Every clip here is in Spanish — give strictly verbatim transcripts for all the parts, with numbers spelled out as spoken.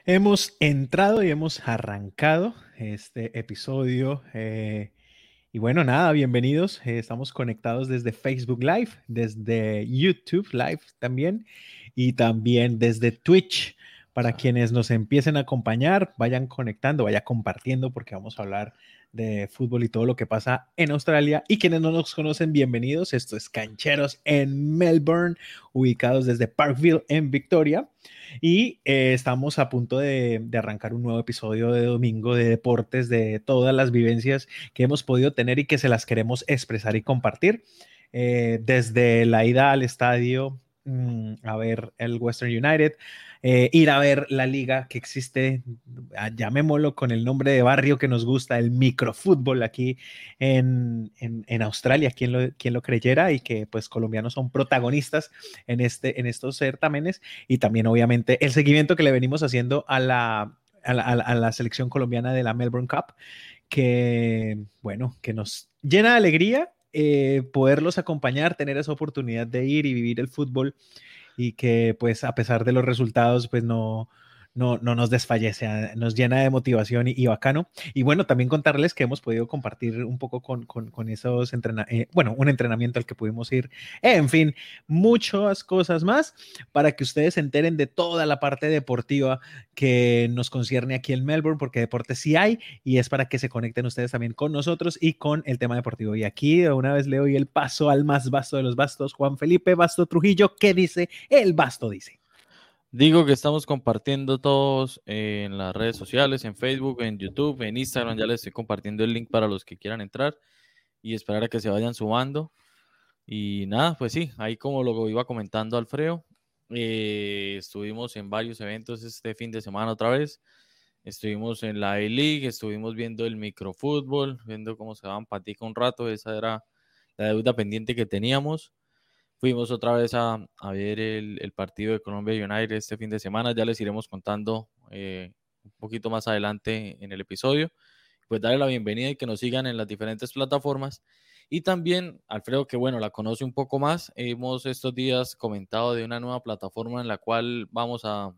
Hemos entrado y hemos arrancado este episodio. eh, y bueno, nada, bienvenidos. Eh, estamos conectados desde Facebook Live, desde YouTube Live también y también desde Twitch. Para quienes nos empiecen a acompañar, vayan conectando, vayan compartiendo porque vamos a hablar de fútbol y todo lo que pasa en Australia. Y quienes no nos conocen, bienvenidos. Esto es Cancheros en Melbourne, ubicados desde Parkville en Victoria. Y eh, estamos a punto de, de arrancar un nuevo episodio de domingo de deportes, de todas las vivencias que hemos podido tener y que se las queremos expresar y compartir. Eh, desde la ida al estadio mmm, a ver el Western United, eh, ir a ver la liga que existe, llamémoslo con el nombre de barrio que nos gusta, el microfútbol aquí en, en, en Australia, quien lo, quien lo creyera, y que pues colombianos son protagonistas en, este, en estos certámenes, y también obviamente el seguimiento que le venimos haciendo a la, a la, a la selección colombiana de la Melbourne Cup, que bueno, que nos llena de alegría eh, poderlos acompañar, tener esa oportunidad de ir y vivir el fútbol, y que pues a pesar de los resultados pues no, no, no nos desfallece, ah, nos llena de motivación y, y bacano. Y bueno, también contarles que hemos podido compartir un poco con, con, con esos entrenamientos, eh, bueno, un entrenamiento al que pudimos ir, en fin, muchas cosas más para que ustedes se enteren de toda la parte deportiva que nos concierne aquí en Melbourne, porque deporte sí hay, y es para que se conecten ustedes también con nosotros y con el tema deportivo. Y aquí de una vez le doy el paso al más vasto de los bastos, Juan Felipe Basto Trujillo. ¿Qué dice el Basto? Dice. Digo que estamos compartiendo todos en las redes sociales, en Facebook, en YouTube, en Instagram. Ya les estoy compartiendo el link para los que quieran entrar y esperar a que se vayan sumando. Y nada, pues sí, ahí como lo iba comentando Alfredo, eh, estuvimos en varios eventos este fin de semana otra vez. Estuvimos en la A-League, estuvimos viendo el microfútbol, viendo cómo se daban patica un rato. Esa era la deuda pendiente que teníamos. Fuimos otra vez a, a ver el, el partido de Colombia United este fin de semana. Ya les iremos contando eh, un poquito más adelante en el episodio. Pues darle la bienvenida y que nos sigan en las diferentes plataformas. Y también, Alfredo, que bueno, la conoce un poco más, hemos estos días comentado de una nueva plataforma en la cual vamos a,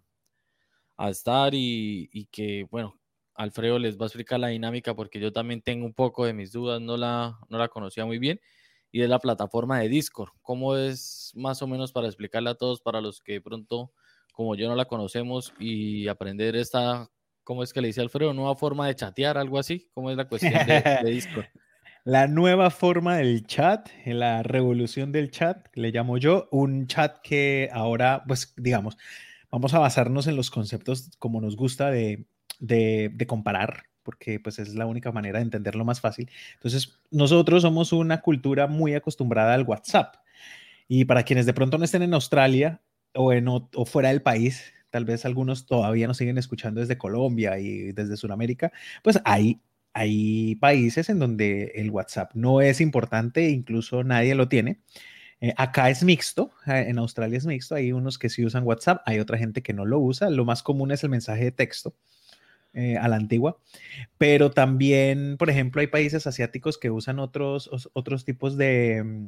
a estar y, y que, bueno, Alfredo les va a explicar la dinámica porque yo también tengo un poco de mis dudas, no la, no la conocía muy bien, y es la plataforma de Discord. ¿Cómo es más o menos para explicarla a todos, para los que de pronto, como yo, no la conocemos y aprender esta, ¿cómo es que le dice Alfredo? Nueva forma de chatear, algo así. ¿Cómo es la cuestión de, de Discord? La nueva forma del chat, la revolución del chat, le llamo yo, un chat que ahora, pues digamos, vamos a basarnos en los conceptos como nos gusta de, de, de comparar, porque pues es la única manera de entenderlo más fácil. Entonces, nosotros somos una cultura muy acostumbrada al WhatsApp, y para quienes de pronto no estén en Australia o, en, o, o fuera del país, tal vez algunos todavía nos siguen escuchando desde Colombia y desde Sudamérica, pues hay hay países en donde el WhatsApp no es importante, incluso nadie lo tiene. Eh, acá es mixto, eh, en Australia es mixto, hay unos que sí usan WhatsApp, hay otra gente que no lo usa. Lo más común es el mensaje de texto, eh, a la antigua, pero también, por ejemplo, hay países asiáticos que usan otros, otros tipos de,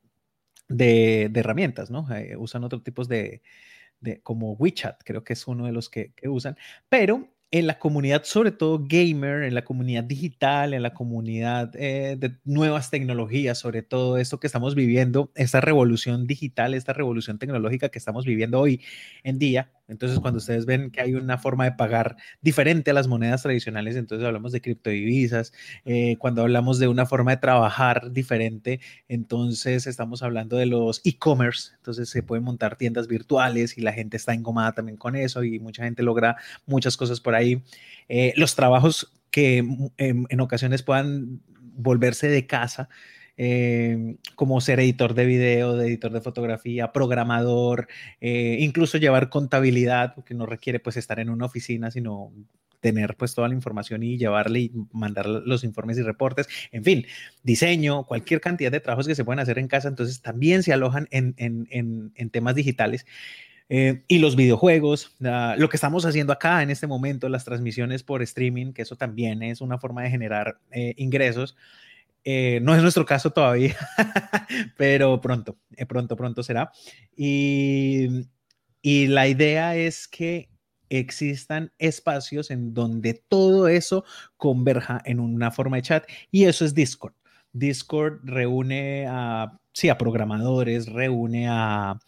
de, de herramientas, ¿no? Eh, usan otros tipos de, de, como WeChat, creo que es uno de los que, que usan, pero en la comunidad, sobre todo gamer, en la comunidad digital, en la comunidad eh, de nuevas tecnologías, sobre todo esto que estamos viviendo, esta revolución digital, esta revolución tecnológica que estamos viviendo hoy en día. Entonces, cuando ustedes ven que hay una forma de pagar diferente a las monedas tradicionales, entonces hablamos de criptodivisas. Eh, cuando hablamos de una forma de trabajar diferente, entonces estamos hablando de los e-commerce. Entonces se pueden montar tiendas virtuales y la gente está engomada también con eso, y mucha gente logra muchas cosas por ahí. Eh, los trabajos que en, en ocasiones puedan volverse de casa, eh, como ser editor de video, de editor de fotografía, programador, eh, incluso llevar contabilidad, porque no requiere pues estar en una oficina, sino tener pues toda la información y llevarle y mandar los informes y reportes, en fin, diseño, cualquier cantidad de trabajos que se pueden hacer en casa, entonces también se alojan en, en, en, en temas digitales. Eh, y los videojuegos, uh, lo que estamos haciendo acá en este momento, las transmisiones por streaming, que eso también es una forma de generar eh, ingresos. Eh, no es nuestro caso todavía, pero pronto, eh, pronto, pronto será. Y, y la idea es que existan espacios en donde todo eso converja en una forma de chat, y eso es Discord. Discord reúne a, sí, a programadores, reúne a,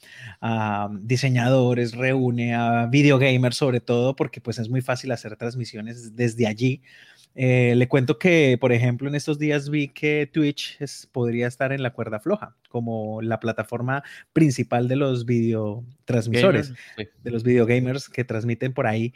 a diseñadores, reúne a videogamers sobre todo, porque pues es muy fácil hacer transmisiones desde allí. Eh, le cuento que, por ejemplo, en estos días vi que Twitch es, podría estar en la cuerda floja, como la plataforma principal de los videotransmisores, Gamer, sí. de los videogamers que transmiten por ahí,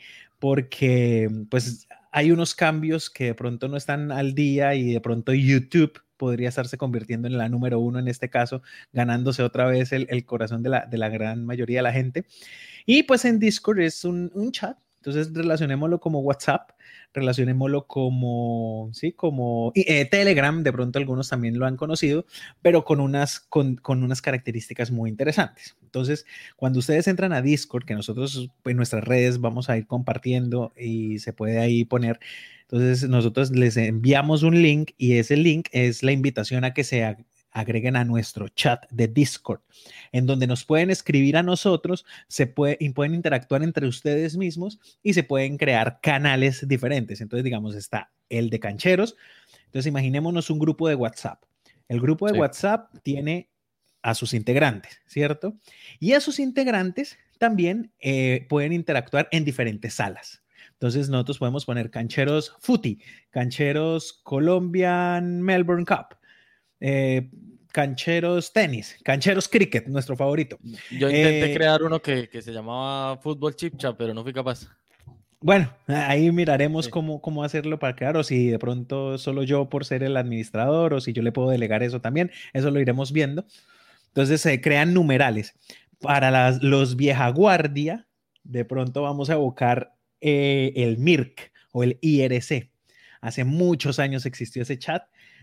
porque pues hay unos cambios que de pronto no están al día, y de pronto YouTube podría estarse convirtiendo en la número uno en este caso, ganándose otra vez el, el corazón de la, de la gran mayoría de la gente. Y pues en Discord es un, un chat, entonces relacionémoslo como WhatsApp, relacionémoslo como, sí, como eh, Telegram, de pronto algunos también lo han conocido, pero con unas, con, con unas características muy interesantes. Entonces, cuando ustedes entran a Discord, que nosotros en nuestras redes vamos a ir compartiendo y se puede ahí poner, entonces nosotros les enviamos un link, y ese link es la invitación a que se agreguen a nuestro chat de Discord, en donde nos pueden escribir a nosotros, se puede, y pueden interactuar entre ustedes mismos, y se pueden crear canales diferentes. Entonces, digamos, está el de cancheros. Entonces, imaginémonos un grupo de WhatsApp. El grupo de Sí. WhatsApp tiene a sus integrantes, ¿cierto? Y esos integrantes también eh, pueden interactuar en diferentes salas. Entonces nosotros podemos poner cancheros footy, cancheros Colombian Melbourne Cup, eh, cancheros tenis, cancheros cricket, nuestro favorito. Yo intenté Eh, crear uno que, que se llamaba Fútbol Chipcha, pero no fui capaz. bueno, ahí miraremos Sí. cómo, cómo hacerlo para crear, o si de pronto solo yo por ser el administrador, o si yo le puedo delegar eso también, eso lo iremos viendo. Entonces se crean numerales. Para las, los vieja guardia, de pronto vamos a evocar eh, el M I R C o el I R C. Hace muchos años existió ese chat,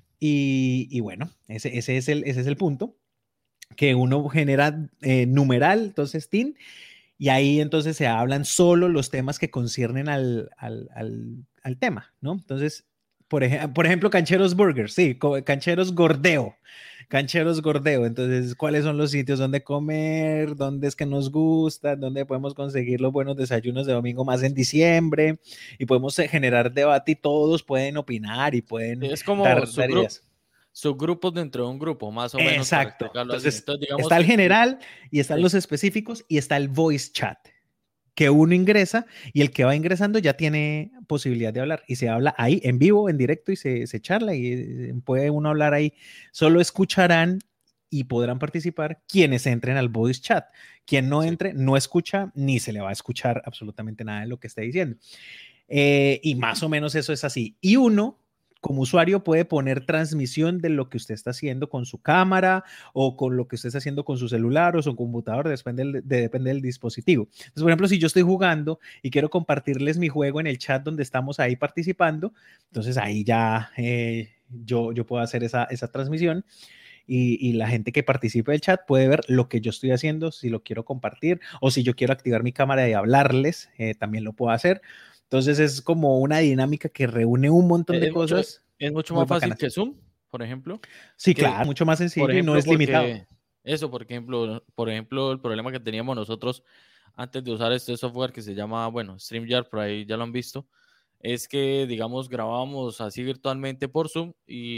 y, y bueno, ese, ese, es el, ese es el punto, que uno genera eh, numeral, entonces T I N, y ahí entonces se hablan solo los temas que conciernen al, al, al, al tema, ¿no? Entonces, por, ej por ejemplo, Cancheros Burger, sí, Cancheros Gordeo, Cancheros Gordeo. Entonces, ¿cuáles son los sitios donde comer? ¿Dónde es que nos gusta? ¿Dónde podemos conseguir los buenos desayunos de domingo más en diciembre? Y podemos eh, generar debate, y todos pueden opinar y pueden Es como dar, dar subgru ideas. subgrupos dentro de un grupo, más o menos, para Exacto. explicarlo así. Entonces, Entonces, digamos está el que, que- general, y están sí. los específicos, y está el voice chat, que uno ingresa, y el que va ingresando ya tiene posibilidad de hablar, y se habla ahí en vivo, en directo, y se, se charla, y eh, puede uno hablar ahí. Solo escucharán y podrán participar quienes entren al voice chat. Quien no Sí. entre no escucha, ni se le va a escuchar absolutamente nada de lo que esté diciendo. Eh, y más o menos eso es así. Y uno, como usuario, puede poner transmisión de lo que usted está haciendo con su cámara, o con lo que usted está haciendo con su celular o su computador, depende del, de, depende del dispositivo. Entonces, por ejemplo, si yo estoy jugando y quiero compartirles mi juego en el chat donde estamos ahí participando, entonces ahí ya eh, yo, yo puedo hacer esa, esa transmisión. Y, y, la gente que participe del chat puede ver lo que yo estoy haciendo, si lo quiero compartir, o si yo quiero activar mi cámara y hablarles, eh, también lo puedo hacer. Entonces es como una dinámica que reúne un montón de Es mucho, cosas es mucho muy más fácil bacanas. que Zoom, por ejemplo. Sí, Que, claro, mucho más por sencillo y no ejemplo, es limitado. porque eso, por ejemplo, por ejemplo, el problema que teníamos nosotros antes de usar este software que se llama, bueno, StreamYard, por ahí ya lo han visto, es que, digamos, grabábamos así virtualmente por Zoom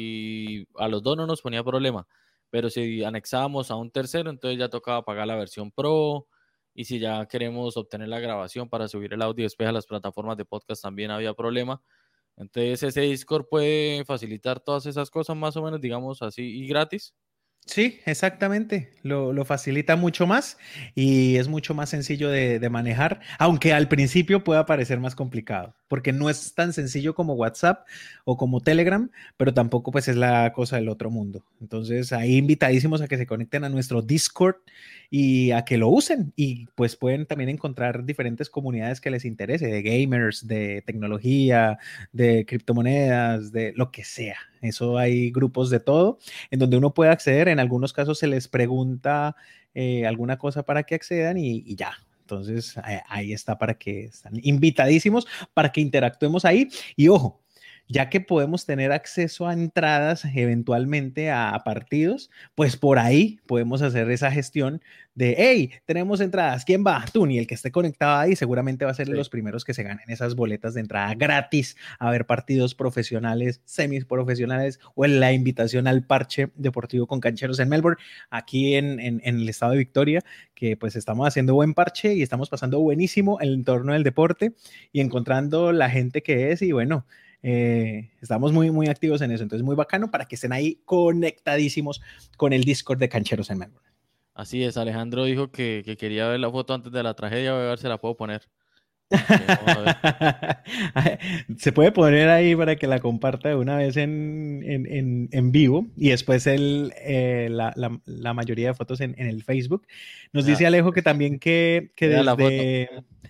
y a los dos no nos ponía problema. Pero si anexábamos a un tercero, entonces ya tocaba pagar la versión Pro. Y si ya queremos obtener la grabación para subir el audio después a las plataformas de podcast, también había problema. Entonces ese Discord puede facilitar todas esas cosas más o menos, digamos así, y gratis. Sí, exactamente. Lo, lo facilita mucho más, y es mucho más sencillo de, de manejar, aunque al principio pueda parecer más complicado, porque no es tan sencillo como WhatsApp o como Telegram, pero tampoco pues es la cosa del otro mundo. Entonces ahí invitadísimos a que se conecten a nuestro Discord y a que lo usen, y pues pueden también encontrar diferentes comunidades que les interese, de gamers, de tecnología, de criptomonedas, de lo que sea. Eso, hay grupos de todo en donde uno puede acceder. En algunos casos se les pregunta eh, alguna cosa para que accedan, y, y ya. Entonces ahí está, para que están invitadísimos para que interactuemos ahí. Y ojo, ya que podemos tener acceso a entradas eventualmente a, a partidos, pues por ahí podemos hacer esa gestión de, hey, tenemos entradas, ¿quién va? Tú, ni el que esté conectado ahí seguramente va a ser Sí. los primeros que se ganen esas boletas de entrada gratis a ver partidos profesionales, semiprofesionales o en la invitación al parche deportivo con cancheros en Melbourne, aquí en, en, en el estado de Victoria, que pues estamos haciendo buen parche y estamos pasando buenísimo el entorno del deporte y encontrando la gente que es y bueno, eh, estamos muy, muy activos en eso, entonces muy bacano para que estén ahí conectadísimos con el Discord de Cancheros en Melbourne. Así es, Alejandro dijo que, que quería ver la foto antes de la tragedia, voy a ver si la puedo poner. Que vamos a ver. Se puede poner ahí para que la comparta de una vez en, en, en, en vivo y después el, eh, la, la, la, mayoría de fotos en, en, el Facebook. Nos Vea, dice Alejo que también que, que vea la foto. desde...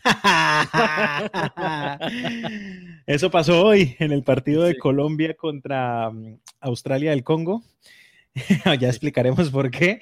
Eso pasó hoy en el partido de Sí, Colombia contra um, Australia del Congo. Ya sí. explicaremos por qué.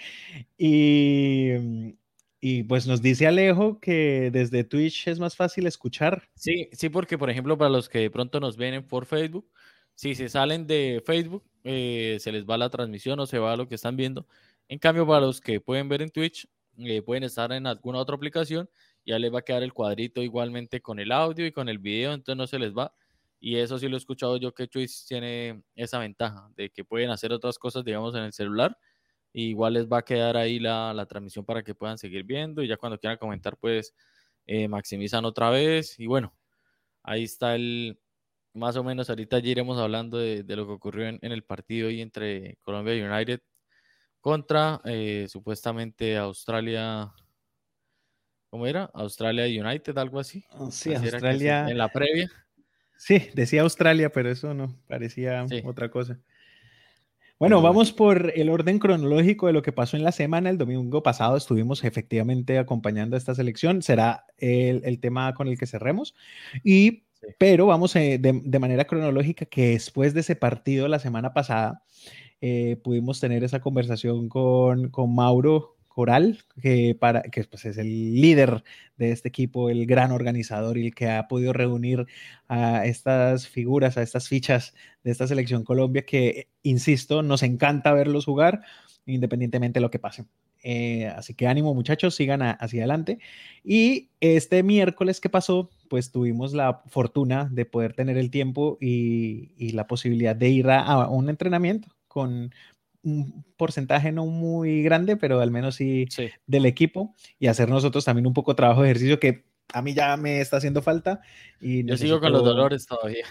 Y, y pues nos dice Alejo que desde Twitch es más fácil escuchar. Sí, sí, porque por ejemplo, para los que de pronto nos ven por Facebook, si se salen de Facebook, eh, se les va la transmisión o se va lo que están viendo. En cambio, para los que pueden ver en Twitch, eh, pueden estar en alguna otra aplicación, ya les va a quedar el cuadrito igualmente con el audio y con el video, entonces no se les va. Y eso sí lo he escuchado yo, que Twitch tiene esa ventaja de que pueden hacer otras cosas, digamos, en el celular. Y igual les va a quedar ahí la, la transmisión para que puedan seguir viendo y ya cuando quieran comentar, pues eh, maximizan otra vez. Y bueno, ahí está el, más o menos ahorita ya iremos hablando de, de lo que ocurrió en, en el partido ahí entre Colombia United contra eh, supuestamente Australia, ¿cómo era? Australia United, algo así. Oh, sí, Así era que se, Australia. en la previa. Sí, decía Australia, pero eso no, parecía Sí, otra cosa. Bueno, pero bueno. vamos por el orden cronológico de lo que pasó en la semana. El domingo pasado estuvimos efectivamente acompañando a esta selección. Será el, el tema con el que cerremos. Y, Sí. pero vamos eh, de, de, manera cronológica que después de ese partido la semana pasada, eh, pudimos tener esa conversación con, con Mauro Coral, que, para, que pues es el líder de este equipo, el gran organizador y el que ha podido reunir a estas figuras, a estas fichas de esta selección Colombia, que, insisto, nos encanta verlos jugar, independientemente de lo que pase. Eh, así que ánimo muchachos, sigan a, hacia adelante. Y este miércoles que pasó, pues tuvimos la fortuna de poder tener el tiempo y, y la posibilidad de ir a, a un entrenamiento con un porcentaje no muy grande, pero al menos sí, Sí. del equipo y hacer nosotros también un poco de trabajo de ejercicio que a mí ya me está haciendo falta. Y Yo necesito... sigo con los dolores todavía.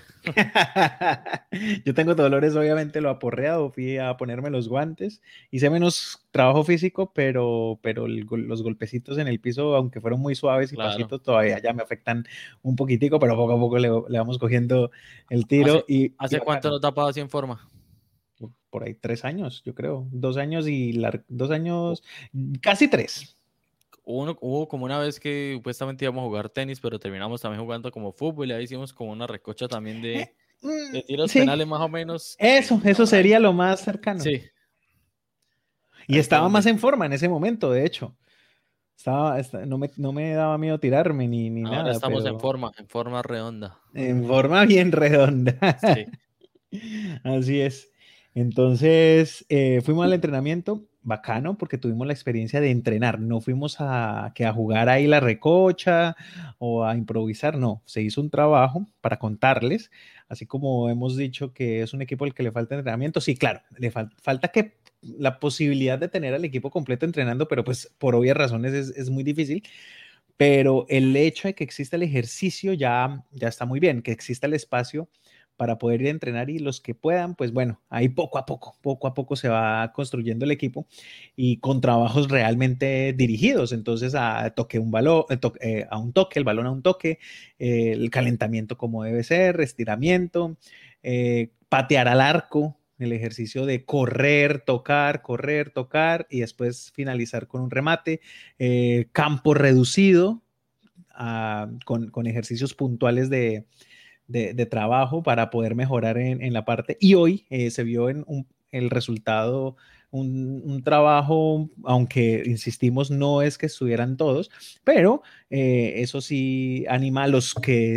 Yo tengo dolores, obviamente lo aporreado, fui a ponerme los guantes, hice menos trabajo físico, pero, pero el, los golpecitos en el piso, aunque fueron muy suaves y Claro. pasitos, todavía ya me afectan un poquitico, pero poco a poco le, le vamos cogiendo el ¿Hace, tiro y, y hace cuánto bacano. no tapaba así en forma? Por ahí tres años, yo creo, dos años y lar- dos años, casi tres. Hubo, hubo como una vez que supuestamente íbamos a jugar tenis, pero terminamos también jugando como fútbol y ahí hicimos como una recocha también Eh, de, de mm, tiros sí, penales más o menos. eso, eso Por ahí. sería lo más cercano. Sí, Y ahí fue estaba más donde. en forma en ese momento, de hecho. Estaba, esta- no, me, no me daba miedo tirarme ni, ni Ahora nada, estamos en pero forma, en forma redonda. en forma bien redonda. Sí, Así es. Entonces, eh, fuimos al entrenamiento, bacano, porque tuvimos la experiencia de entrenar. No fuimos a, que a jugar ahí la recocha o a improvisar, no. Se hizo un trabajo para contarles, así como hemos dicho que es un equipo al que le falta entrenamiento. Sí, claro, le fal- falta que la posibilidad de tener al equipo completo entrenando, pero pues por obvias razones es, es muy difícil. Pero el hecho de que exista el ejercicio ya, ya está muy bien, que exista el espacio para poder ir a entrenar y los que puedan, pues bueno, ahí poco a poco, poco a poco se va construyendo el equipo y con trabajos realmente dirigidos. Entonces, a toque un balón, eh, a un toque, el balón a un toque, eh, el calentamiento como debe ser, estiramiento, eh, patear al arco, el ejercicio de correr, tocar, correr, tocar y después finalizar con un remate, eh, campo reducido, uh, con, con ejercicios puntuales de, de, de trabajo para poder mejorar en, en la parte. Y hoy eh, se vio en un, el resultado, un, un, trabajo, aunque insistimos, no es que estuvieran todos, pero eh, eso sí anima a los que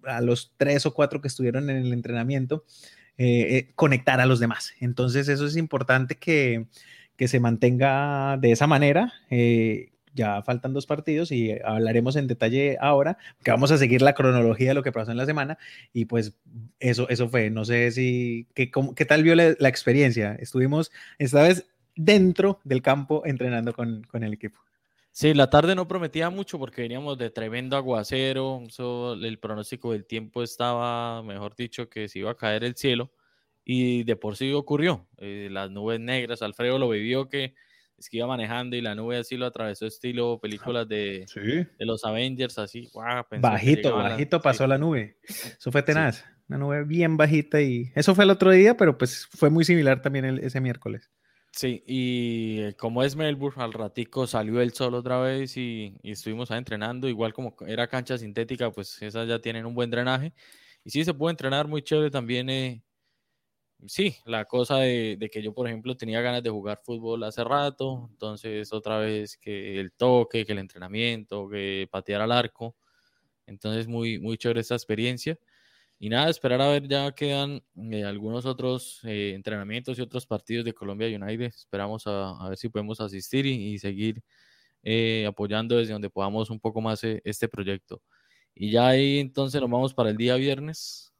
a los tres o cuatro que estuvieron en el entrenamiento, eh, eh, conectar a los demás. Entonces eso es importante que, que se mantenga de esa manera. Eh, ya faltan dos partidos y hablaremos en detalle ahora, que vamos a seguir la cronología de lo que pasó en la semana y pues eso, eso fue. No sé si, ¿qué, cómo, qué tal vio la, la experiencia? Estuvimos esta vez dentro del campo entrenando con, con el equipo. Sí, la tarde no prometía mucho porque veníamos de tremendo aguacero, eso, el pronóstico del tiempo estaba, mejor dicho, que se iba a caer el cielo y de por sí ocurrió. Eh, las nubes negras, Alfredo lo vivió que es que iba manejando y la nube así lo atravesó estilo películas de, Sí. de los Avengers, así, wow, pensó que Bajito, llegaban las... bajito pasó Sí, la nube. Eso fue sí. tenaz. Una nube bien bajita y eso fue el otro día, pero pues fue muy similar también el, ese miércoles. Sí, y eh, como es Melbourne, al ratico salió el sol otra vez y, y estuvimos ahí entrenando, igual como era cancha sintética, pues esas ya tienen un buen drenaje. Y sí, se puede entrenar muy chévere también. Eh, sí, la cosa de, de que yo, por ejemplo, tenía ganas de jugar fútbol hace rato, entonces otra vez que el toque, que el entrenamiento, que patear al arco. Entonces muy, muy chévere esta experiencia. Y nada, esperar a ver, ya quedan eh, algunos otros eh, entrenamientos y otros partidos de Colombia United. Esperamos a, a ver si podemos asistir y, y seguir eh, apoyando desde donde podamos un poco más eh, este proyecto. Y ya ahí entonces nos vamos para el día viernes.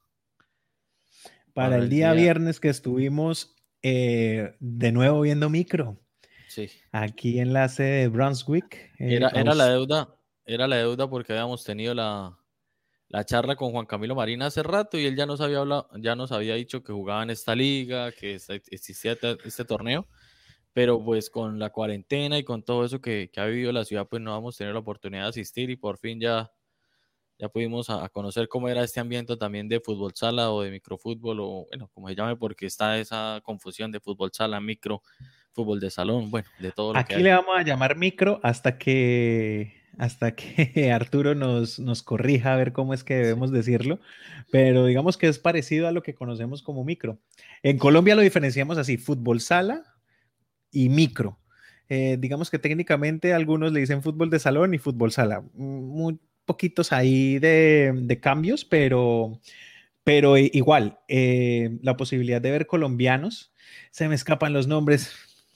Para Para el el día día, viernes que estuvimos eh, de nuevo viendo micro, sí. aquí en la sede de Brunswick. Era, Eh, era la Aus- deuda, era la deuda porque habíamos tenido la, la charla con Juan Camilo Marín hace rato y él ya nos había hablado, ya nos había dicho que jugaba en esta liga, que esta- existía este este torneo. Pero pues con la cuarentena y con todo eso que, que ha vivido la ciudad, pues no vamos a tener la oportunidad de asistir y por fin ya, ya pudimos a, a conocer cómo era este ambiente también de fútbol sala o de microfútbol o bueno, como se llame, porque está esa confusión de fútbol sala, micro, fútbol de salón, bueno, de todo lo que Aquí hay. le vamos a llamar micro hasta que, hasta que Arturo nos, nos corrija a ver cómo es que Sí, debemos decirlo, pero digamos que es parecido a lo que conocemos como micro. En Colombia lo diferenciamos así, fútbol sala y micro. Eh, digamos que técnicamente algunos le dicen fútbol de salón y fútbol sala. Muy poquitos ahí de, de cambios, pero, pero igual, eh, la posibilidad de ver colombianos, se me escapan los nombres,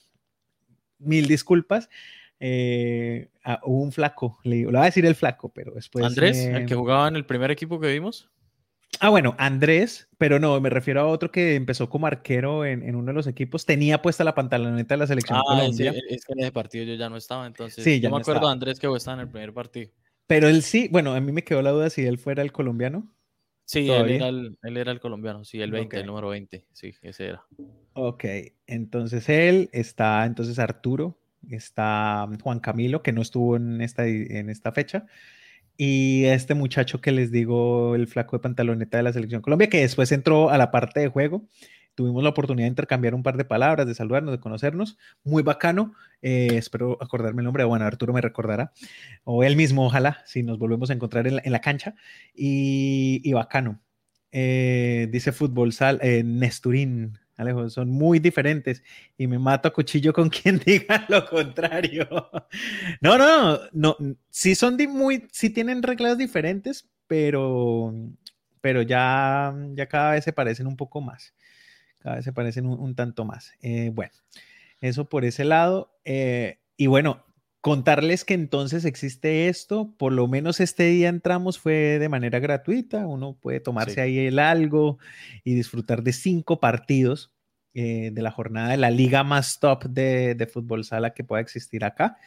mil disculpas. Eh, ah, hubo un flaco, le, le voy a decir el flaco, pero después Andrés, el me... que jugaba en el primer equipo que vimos. Ah, bueno, Andrés, pero no, me refiero a otro que empezó como arquero en, en uno de los equipos, tenía puesta la pantaloneta de la selección Ah, ese, Colombia. es que en ese partido yo ya no estaba, entonces Sí, yo ya me no acuerdo de estaba. Andrés que estaba en el primer partido. Pero él sí, bueno, a mí me quedó la duda si él fuera el colombiano Sí, él era todavía. el, él era el colombiano, sí, el Ok, veinte, el número veinte, sí, ese era. ok. Entonces él está, entonces Arturo, está Juan Camilo, que no estuvo en esta, en esta fecha, y este muchacho que les digo, el flaco de pantaloneta de la selección Colombia, que después entró a la parte de juego. Tuvimos la oportunidad de intercambiar un par de palabras, de saludarnos, de conocernos. Muy bacano. Eh, espero acordarme el nombre. Bueno, Arturo me recordará. O él mismo, ojalá, si nos volvemos a encontrar en la, en la cancha. Y, y bacano. Eh, dice Fútbol Sal, eh, Nesturín, Alejo, son muy diferentes y me mato a cuchillo con quien diga lo contrario. No, no, no, sí son di- muy, sí tienen reglas diferentes, pero, pero ya, ya cada vez se parecen un poco más, cada vez se parecen un, un tanto más. Eh, bueno, eso por ese lado. Eh, y bueno, contarles que entonces existe esto, por lo menos este día entramos fue de manera gratuita, uno puede Sí. tomarse ahí el algo y disfrutar de cinco partidos eh, de la jornada de la liga más top de, de fútbol sala que pueda existir acá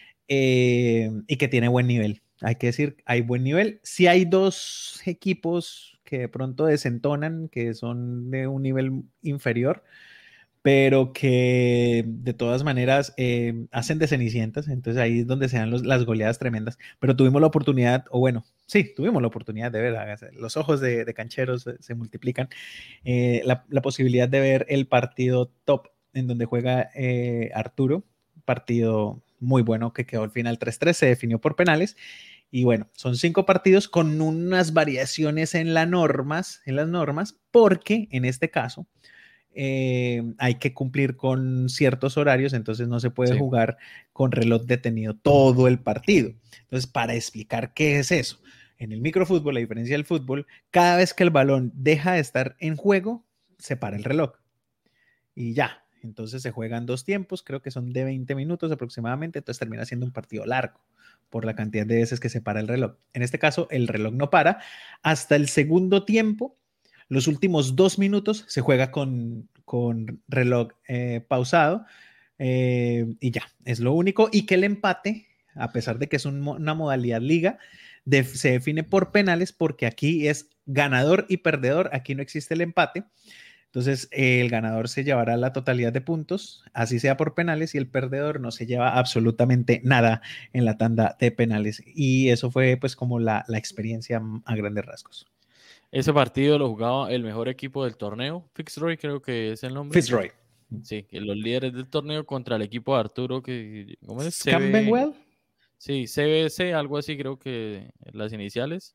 eh, y que tiene buen nivel. Hay que decir, hay buen nivel. Si hay dos equipos que de pronto desentonan, que son de un nivel inferior, pero que de todas maneras eh, hacen de cenicientas, entonces ahí es donde se dan los, las goleadas tremendas, pero tuvimos la oportunidad, o bueno, sí, tuvimos la oportunidad de ver, los ojos de, de cancheros se, se multiplican, eh, la, la, posibilidad de ver el partido top en donde juega eh, Arturo, partido muy bueno que quedó al final tres tres, se definió por penales, y bueno, son cinco partidos con unas variaciones en, la normas, en las normas, porque en este caso, eh, hay que cumplir con ciertos horarios, entonces no se puede Sí. jugar con reloj detenido todo el partido. Entonces, para explicar qué es eso, En el microfútbol, a diferencia del fútbol, cada vez que el balón deja de estar en juego, se para el reloj y ya. Entonces se juegan dos tiempos, creo que son de veinte minutos aproximadamente, entonces termina siendo un partido largo por la cantidad de veces que se para el reloj. En este caso, el reloj no para. Hasta el segundo tiempo, los últimos dos minutos se juega con, con reloj eh, pausado eh, y ya, es lo único. Y que el empate, a pesar de que es un, una modalidad liga, de, se define por penales porque aquí es ganador y perdedor, aquí no existe el empate. Entonces, eh, el ganador se llevará la totalidad de puntos, así sea por penales, y el perdedor no se lleva absolutamente nada en la tanda de penales. Y eso fue pues como la, la experiencia a grandes rasgos. Ese partido lo jugaba el mejor equipo del torneo, Fitzroy creo que es el nombre. Fitzroy. Sí, los líderes del torneo contra el equipo de Arturo, que ¿cómo es? Camberwell. Sí, C B C, algo así creo que las iniciales.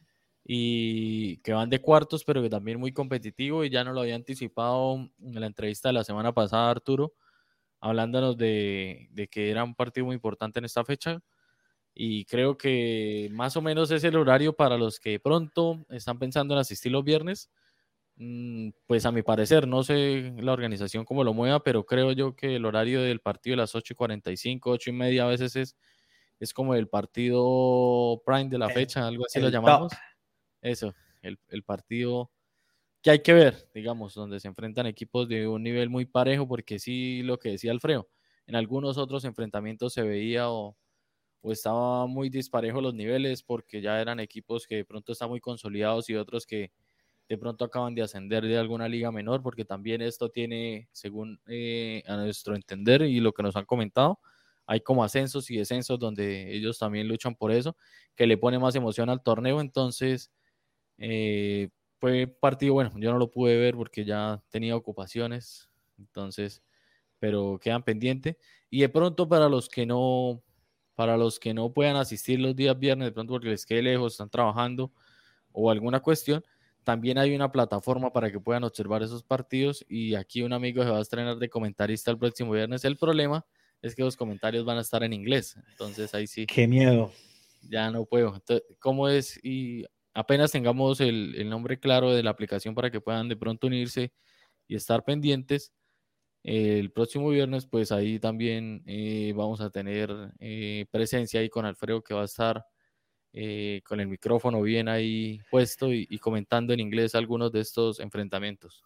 Y que van de cuartos, pero que también muy competitivo, y ya nos lo había anticipado en la entrevista de la semana pasada Arturo, hablándonos de, de que era un partido muy importante en esta fecha, y creo que más o menos es el horario para los que pronto están pensando en asistir los viernes. Pues a mi parecer, no sé la organización cómo lo mueva, pero creo yo que el horario del partido de las ocho y cuarenta y cinco, ocho y media a veces es, es como el partido prime de la fecha, algo así lo llamamos. Top. Eso, el, el partido que hay que ver, digamos, donde se enfrentan equipos de un nivel muy parejo, porque sí, lo que decía Alfredo, en algunos otros enfrentamientos se veía o, o estaba muy disparejo los niveles, porque ya eran equipos que de pronto están muy consolidados y otros que de pronto acaban de ascender de alguna liga menor, porque también esto tiene, según eh, a nuestro entender y lo que nos han comentado, hay como ascensos y descensos donde ellos también luchan por eso, que le pone más emoción al torneo. Entonces eh, fue partido, bueno, yo no lo pude ver porque ya tenía ocupaciones, entonces, pero quedan pendientes. Y de pronto para los que no, para los que no puedan asistir los días viernes, de pronto porque les quede lejos, están trabajando o alguna cuestión, también hay una plataforma para que puedan observar esos partidos, y aquí un amigo se va a estrenar de comentarista el próximo viernes. El problema es que los comentarios van a estar en inglés, entonces ahí sí. ¡Qué miedo! Ya no puedo. Entonces, ¿cómo es? Y apenas tengamos el, el nombre claro de la aplicación para que puedan de pronto unirse y estar pendientes, eh, el próximo viernes, pues ahí también eh, vamos a tener eh, presencia ahí con Alfredo, que va a estar eh, con el micrófono bien ahí puesto y, y comentando en inglés algunos de estos enfrentamientos.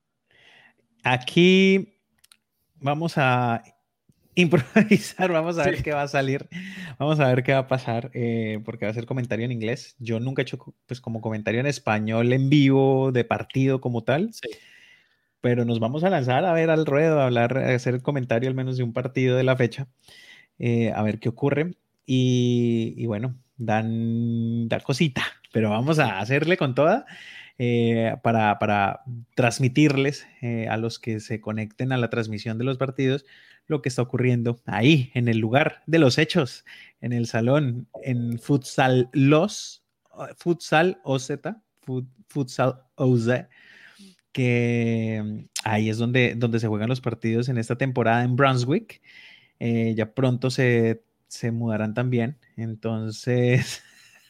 Aquí vamos a improvisar, vamos a sí. ver qué va a salir, vamos a ver qué va a pasar, eh, porque va a ser comentario en inglés. Yo nunca he hecho pues como comentario en español en vivo de partido como tal, sí. pero nos vamos a lanzar a ver al ruedo, a hablar, a hacer el comentario al menos de un partido de la fecha, eh, a ver qué ocurre, y, y bueno, dan, dan cosita, pero vamos a hacerle con toda. Eh, para, para transmitirles eh, a los que se conecten a la transmisión de los partidos lo que está ocurriendo ahí, en el lugar de los hechos, en el salón, en Futsal Los, Futsal O Z, Futsal O Z, que ahí es donde, donde se juegan los partidos en esta temporada en Brunswick. Eh, ya pronto se, se mudarán también, entonces...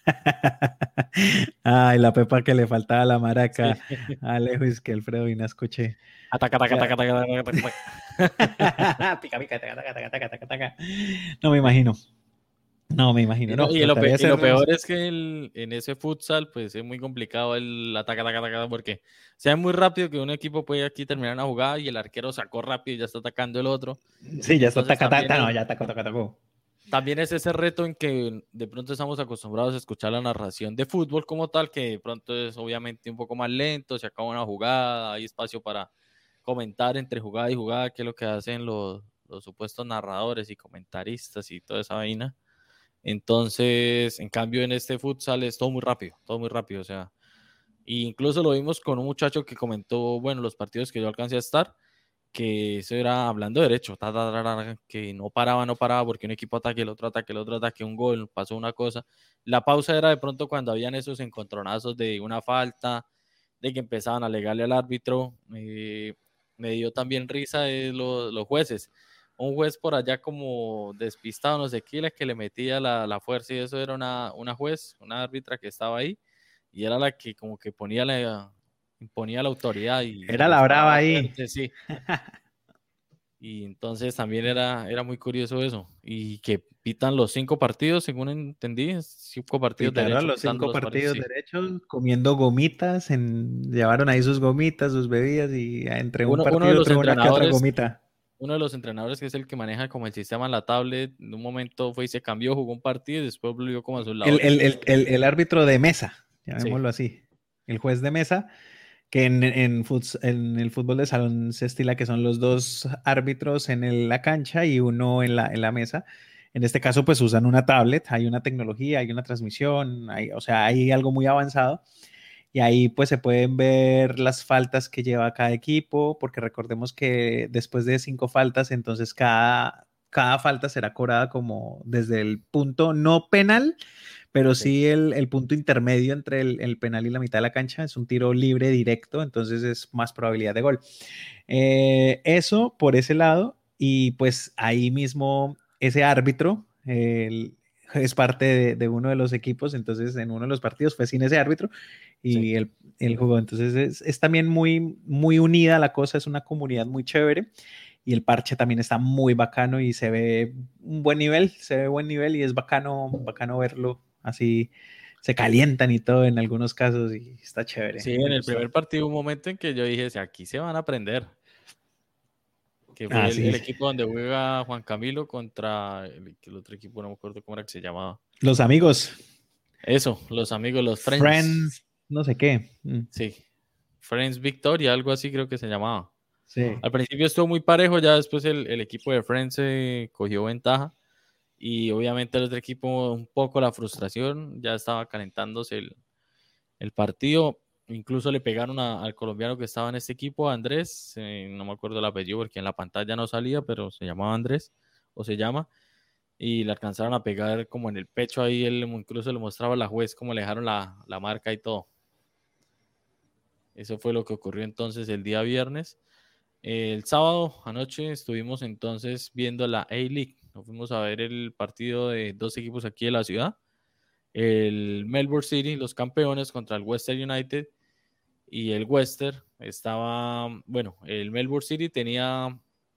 Ay, la pepa que le faltaba a la maraca. Sí. Alejo, es que Alfredo vino a escuché. Ataca, ataca, ataca, ataca, ataca, ataca. Pica, pica, taca, taca, taca, taca, taca. No me imagino. No me imagino. No, y, lo, pe y lo peor es que el, en ese futsal, pues es muy complicado el ataca, ataca, ataca, porque sea muy rápido que un equipo puede aquí terminar una jugada y el arquero sacó rápido y ya está atacando el otro. Sí, ya está ataca, taca, no, ya atacó, atacó, atacó. También es ese reto en que de pronto estamos acostumbrados a escuchar la narración de fútbol como tal, que de pronto es obviamente un poco más lento, se acaba una jugada, hay espacio para comentar entre jugada y jugada, que es lo que hacen los, los supuestos narradores y comentaristas y toda esa vaina. Entonces, en cambio en este futsal es todo muy rápido, todo muy rápido, o sea, e incluso lo vimos con un muchacho que comentó, bueno, los partidos que yo alcancé a estar, que eso era hablando derecho, ta, ta, ta, ta, que no paraba, no paraba, porque un equipo ataque, el otro ataque, el otro ataque, un gol, pasó una cosa. La pausa era de pronto cuando habían esos encontronazos de una falta, de que empezaban a alegarle al árbitro. Eh, me dio también risa eh, los, los jueces, un juez por allá como despistado, no sé qué, la que le metía la, la fuerza, y eso era una, una juez, una árbitra que estaba ahí, y era la que como que ponía la, imponía la autoridad y, y Era la brava disparaba ahí. fuerte, sí. Y entonces también era, era muy curioso eso. Y que pitan los cinco partidos, según entendí, cinco partidos Pitaron derechos los pitando cinco los partidos. partidos Sí. derechos, comiendo gomitas, en, llevaron ahí sus gomitas, sus bebidas y entre un Uno, uno partido de y los otro una que otra entrenadores, gomita. uno de los entrenadores que es el que maneja como el sistema en la tablet, en un momento fue y se cambió, jugó un partido y después volvió como a sus El, labores. el, el, el, el árbitro de mesa, Sí, llamémoslo así, el juez de mesa, que en, en, futs- en el fútbol de salón se estila que son los dos árbitros en el- la cancha y uno en la, en la mesa. En este caso, pues usan una tablet, hay una tecnología, hay una transmisión, hay, o sea, hay algo muy avanzado. Y ahí pues se pueden ver las faltas que lleva cada equipo, porque recordemos que después de cinco faltas, entonces cada, cada falta será cobrada como desde el punto no penal, pero sí, sí el, el punto intermedio entre el, el, penal y la mitad de la cancha. Es un tiro libre directo, entonces es más probabilidad de gol. Eh, eso por ese lado, y pues ahí mismo ese árbitro el, es parte de, de, uno de los equipos, entonces en uno de los partidos fue sin ese árbitro sí. y él, él jugó. Entonces es, es, también muy, muy unida la cosa, es una comunidad muy chévere y el parche también está muy bacano y se ve un buen nivel, se ve buen nivel y es bacano, bacano verlo así. Se calientan y todo en algunos casos y está chévere, Sí, en me el gustó. primer partido hubo un momento en que yo dije, si aquí se van a aprender, que fue Ah, el, el sí. equipo donde juega Juan Camilo contra el, el otro equipo, no me acuerdo cómo era que se llamaba. Los amigos, Eso, los amigos, los Friends. Friends, no sé qué. Mm, Sí, Friends Victoria, algo así creo que se llamaba. sí. Al principio estuvo muy parejo, ya después el, el equipo de Friends eh, cogió ventaja y obviamente el otro equipo un poco la frustración, ya estaba calentándose el, el partido. Incluso le pegaron a- al colombiano que estaba en este equipo, a Andrés, eh, no me acuerdo el apellido porque en la pantalla no salía, pero se llamaba Andrés o se llama, y le alcanzaron a pegar como en el pecho ahí, él incluso le mostraba a la juez cómo le dejaron la, la marca y todo. Eso fue lo que ocurrió entonces el día viernes. El sábado anoche estuvimos entonces viendo la A-League. Nos fuimos a ver el partido de dos equipos aquí de la ciudad. El Melbourne City, los campeones, contra el Western United. Y el Western estaba, bueno, el Melbourne City tenía,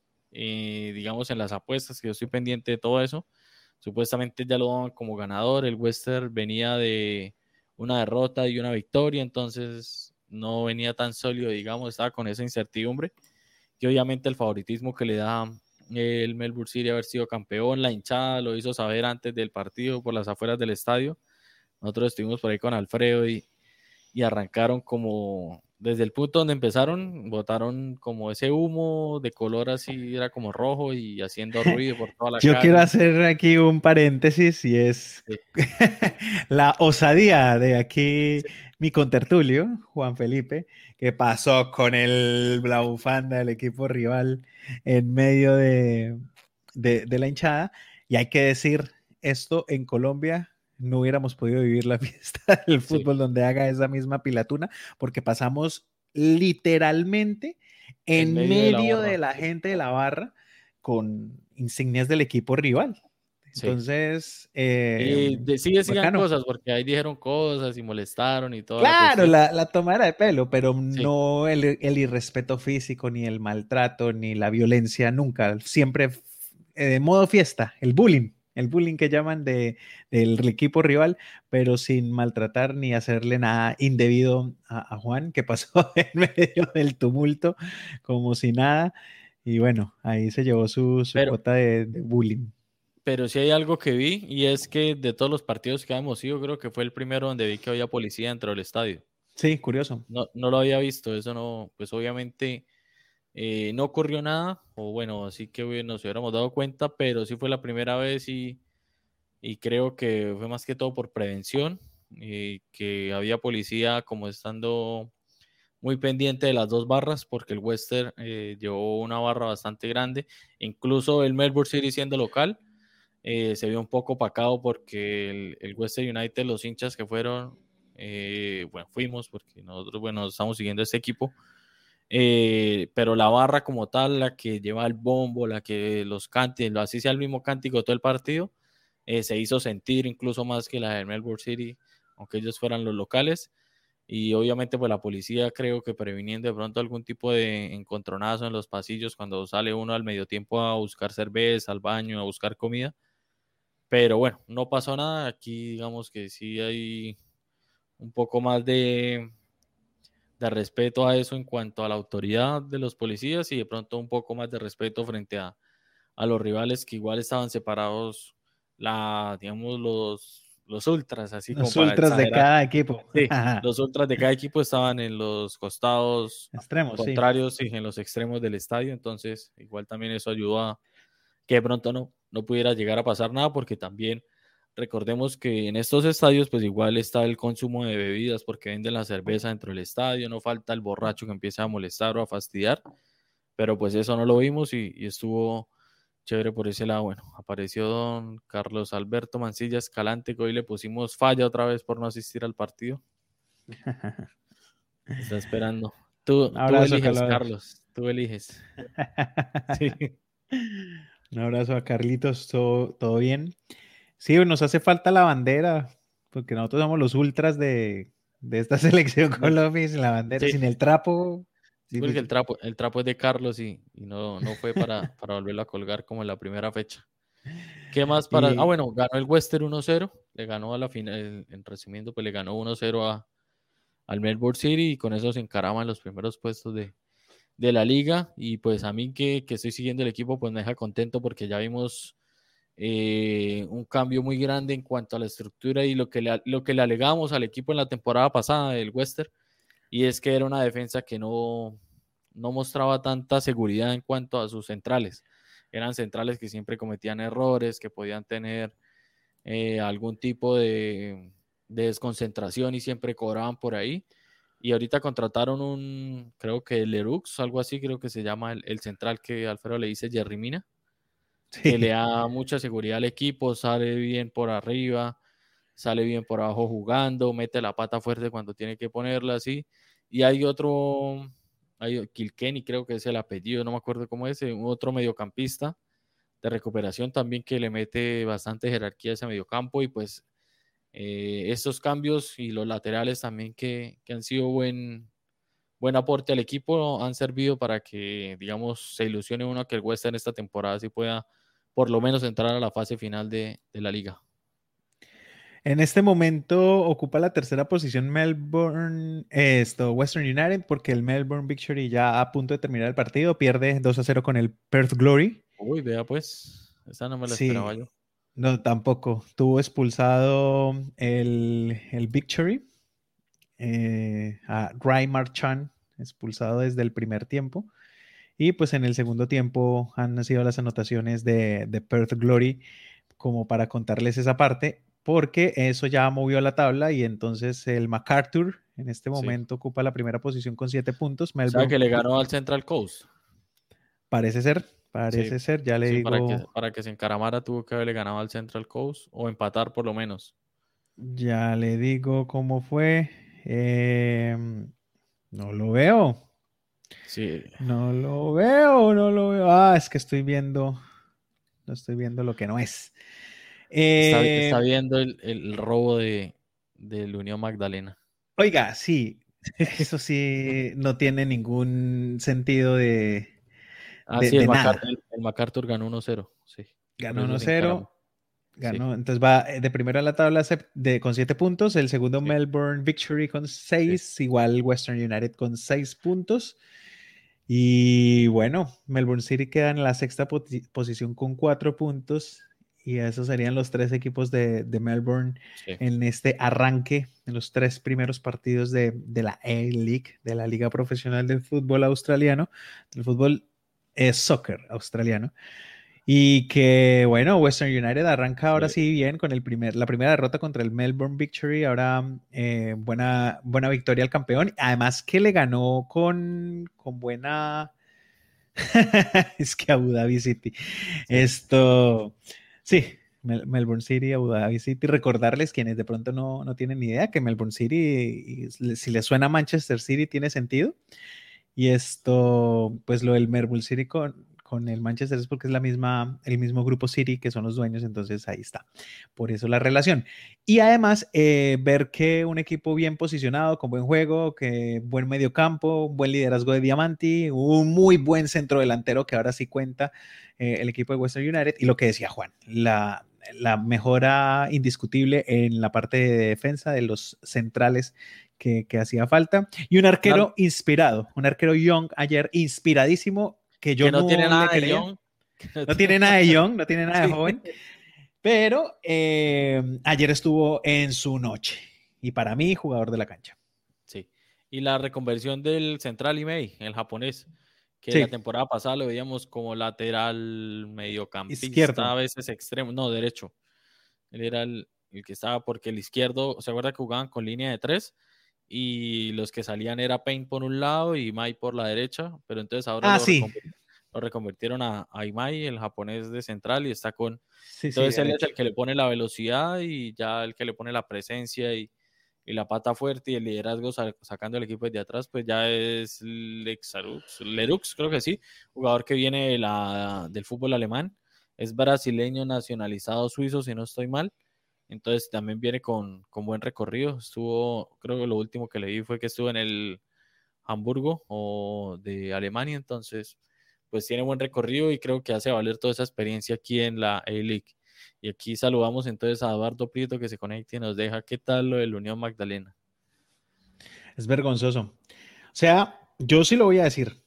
eh, digamos, en las apuestas, que yo estoy pendiente de todo eso, supuestamente ya lo daban como ganador. El Western venía de una derrota y una victoria, entonces no venía tan sólido, digamos, estaba con esa incertidumbre que obviamente el favoritismo que le da el Melbourne City haber sido campeón, la hinchada lo hizo saber antes del partido por las afueras del estadio. Nosotros estuvimos por ahí con Alfredo y, y arrancaron como, desde el punto donde empezaron, botaron como ese humo de color así, era como rojo y haciendo ruido por toda la Yo quiero calle. hacer aquí un paréntesis y es Sí, la osadía de aquí sí, mi contertulio, Juan Felipe, que pasó con el, la bufanda del equipo rival en medio de, de, de la hinchada. Y hay que decir, esto en Colombia no hubiéramos podido vivir la fiesta del sí. fútbol donde haga esa misma pilatuna, porque pasamos literalmente En en medio de la medio de barra. la gente de la barra con insignias del equipo rival. Sí. Entonces, eh, Y de, sí decían bacano. cosas, porque ahí dijeron cosas y molestaron y toda la Claro, cuestión. la, la toma era de pelo, pero Sí, no el, el irrespeto físico, ni el maltrato, ni la violencia, nunca. Siempre eh, de modo fiesta, el bullying, el bullying que llaman de, del equipo rival, pero sin maltratar ni hacerle nada indebido a, a Juan, que pasó en medio del tumulto como si nada. Y bueno, ahí se llevó su, su pero cuota de, de bullying. Pero sí hay algo que vi y es que de todos los partidos que hemos ido, creo que fue el primero donde vi que había policía dentro del estadio. Sí, curioso. No, no lo había visto, eso no, pues obviamente eh, no ocurrió nada, o bueno, así que hubi- nos hubiéramos dado cuenta, pero sí fue la primera vez y, y creo que fue más que todo por prevención, y que había policía como estando muy pendiente de las dos barras, porque el Western eh, llevó una barra bastante grande, incluso el Melbourne City siendo local eh, se vio un poco opacado porque el, el Western United, los hinchas que fueron, eh, bueno, fuimos porque nosotros, bueno, estamos siguiendo este equipo, Eh, pero la barra como tal, la que lleva el bombo, la que los cante, lo así sea el mismo cántico todo el partido, eh, se hizo sentir incluso más que la de Melbourne City, aunque ellos fueran los locales. Y obviamente pues la policía creo que previniendo de pronto algún tipo de encontronazo en los pasillos cuando sale uno al medio tiempo a buscar cerveza, al baño, a buscar comida. Pero bueno, no pasó nada. Aquí digamos que sí hay un poco más de, de respeto a eso en cuanto a la autoridad de los policías y de pronto un poco más de respeto frente a, a los rivales que igual estaban separados, la, digamos, los, los ultras, así como Los para ultras de exagerar. cada equipo. Sí, los ultras de cada equipo estaban en los costados Extremos, sí. contrarios y en los extremos del estadio, entonces igual también eso ayudó a que de pronto no, no pudiera llegar a pasar nada, porque también recordemos que en estos estadios pues igual está el consumo de bebidas porque venden la cerveza dentro del estadio, no falta el borracho que empieza a molestar o a fastidiar, pero pues eso no lo vimos y, y estuvo chévere por ese lado. Bueno, apareció don Carlos Alberto Mancilla Escalante, que hoy le pusimos falla otra vez por no asistir al partido. Está esperando. Tú, Un tú abrazo, eliges, Carlos. Carlos, tú eliges. Sí. Un abrazo a Carlitos, todo, todo bien. Sí, nos hace falta la bandera, porque nosotros somos los ultras de, de esta selección Colombia y sin la bandera, Sí, sin el trapo, sí, porque el difícil. trapo, el trapo es de Carlos y, y no, no fue para, para volverlo a colgar como en la primera fecha. ¿Qué más para...? Ah, Y bueno, ganó el Western uno cero, le ganó a la final, en resumiendo, pues le ganó uno cero a, al Melbourne City y con eso se encaraman los primeros puestos de, de la liga. Y pues a mí que, que estoy siguiendo el equipo, pues me deja contento porque ya vimos eh, un cambio muy grande en cuanto a la estructura y lo que, le, lo que le alegamos al equipo en la temporada pasada del Western, y es que era una defensa que no, no mostraba tanta seguridad en cuanto a sus centrales. Eran centrales que siempre cometían errores, que podían tener eh, algún tipo de, de desconcentración y siempre cobraban por ahí. Y ahorita contrataron un, creo que Lerux, algo así, creo que se llama el, el central que Alfredo le dice Jerry Mina, que le sí, da mucha seguridad al equipo, sale bien por arriba, sale bien por abajo jugando, mete la pata fuerte cuando tiene que ponerla así. Y hay otro, hay Kilkenny, creo que es el apellido, no me acuerdo cómo es, otro mediocampista de recuperación también que le mete bastante jerarquía a ese mediocampo. Y pues eh, estos cambios y los laterales también que, que han sido buen, buen aporte al equipo han servido para que, digamos, se ilusione uno que el West en esta temporada sí pueda por lo menos entrar a la fase final de, de la liga. en este momento ocupa la tercera posición Melbourne, eh, esto, Western United, porque el Melbourne Victory ya a punto de terminar el partido pierde dos a cero con el Perth Glory. Uy, vea pues, esa no me la esperaba Sí, yo. no, tampoco. Tuvo expulsado el, el Victory, eh, a Rai Marchand, expulsado desde el primer tiempo. Y pues en el segundo tiempo han nacido las anotaciones de, de Perth Glory como para contarles esa parte, porque eso ya movió la tabla y entonces el MacArthur en este Sí. momento ocupa la primera posición con siete puntos. O sea Melbourne que le ganó al Central Coast. parece ser, Sí, parece ser, ya le sí, para que, digo, para que se encaramara tuvo que haberle ganado al Central Coast o empatar por lo menos. ya le digo cómo fue. Eh, no lo veo. Sí, No lo veo, no lo veo. Ah, es que estoy viendo, no estoy viendo lo que no es. está, está Eh, viendo el, el robo de, del Unión Magdalena. oiga, sí, eso sí no tiene ningún sentido de, Ah, de, sí, el de MacArthur, nada. el, el MacArthur ganó uno cero. Sí, por Ganó eso se encaramó. uno cero, Sí, ganó, entonces va eh, de primero en la tabla sep- de, con siete puntos, el segundo sí, Melbourne Victory con sí. seis, igual Western United con seis puntos. Y bueno, Melbourne City queda en la sexta posi- posición con cuatro puntos. Y esos serían los tres equipos de, de Melbourne Sí. en este arranque, en los tres primeros partidos de, de la A-League, de la Liga Profesional del Fútbol Australiano, del fútbol eh, soccer australiano. Y que bueno, Western United arranca ahora Sí. sí bien con el primer, la primera derrota contra el Melbourne Victory. Ahora eh, buena, buena victoria al campeón. Además que le ganó con, con buena. Es que Abu Dhabi City. Sí. Esto, sí, Mel- Melbourne City, Abu Dhabi City. Recordarles quienes de pronto no, no tienen ni idea que Melbourne City, y si le suena Manchester City, tiene sentido. Y esto, pues lo del Melbourne City con, con el Manchester es porque es la misma, el mismo grupo City que son los dueños, entonces ahí está. Por eso la relación. Y además, eh, ver que un equipo bien posicionado, con buen juego, que buen mediocampo, buen liderazgo de Diamanti, un muy buen centro delantero que ahora sí cuenta eh, el equipo de Western United. Y lo que decía Juan, la, la mejora indiscutible en la parte de defensa de los centrales que, que hacía falta. Y un Una- arquero inspirado, un arquero Young ayer inspiradísimo que yo que no tiene no le nada de creía. Young. Que no No tiene tiene nada nada de de- Young, no tiene nada de Sí. joven, pero eh, ayer estuvo en su noche. Y para mí, jugador de la cancha. Sí. Y la reconversión del central Imei, el japonés, que la Sí, temporada pasada lo veíamos como lateral mediocampista, izquierdo. a veces extremo, no, derecho. Él era el, el que estaba, porque el izquierdo, ¿se acuerda que jugaban con línea de tres? Y los que salían era Payne por un lado y Imai por la derecha, pero entonces ahora Ah, lo, sí, reconver- lo reconvirtieron a, a Imai, el japonés de central, y está con... sí, sí, Entonces él es derecho. el que le pone la velocidad y ya el que le pone la presencia y, y la pata fuerte y el liderazgo sa- sacando el equipo desde atrás, pues ya es Lexarux, Lerux, creo que sí, jugador que viene de la, del fútbol alemán, es brasileño nacionalizado suizo, si no estoy mal. Entonces también viene con, con buen recorrido. Estuvo, creo que lo último que le vi fue que estuvo en el Hamburgo o de Alemania. Entonces, pues tiene buen recorrido y creo que hace valer toda esa experiencia aquí en la A-League. Y aquí saludamos entonces a Eduardo Prieto que se conecta y nos deja qué tal lo del Unión Magdalena. Es vergonzoso. O sea, yo sí lo voy a decir.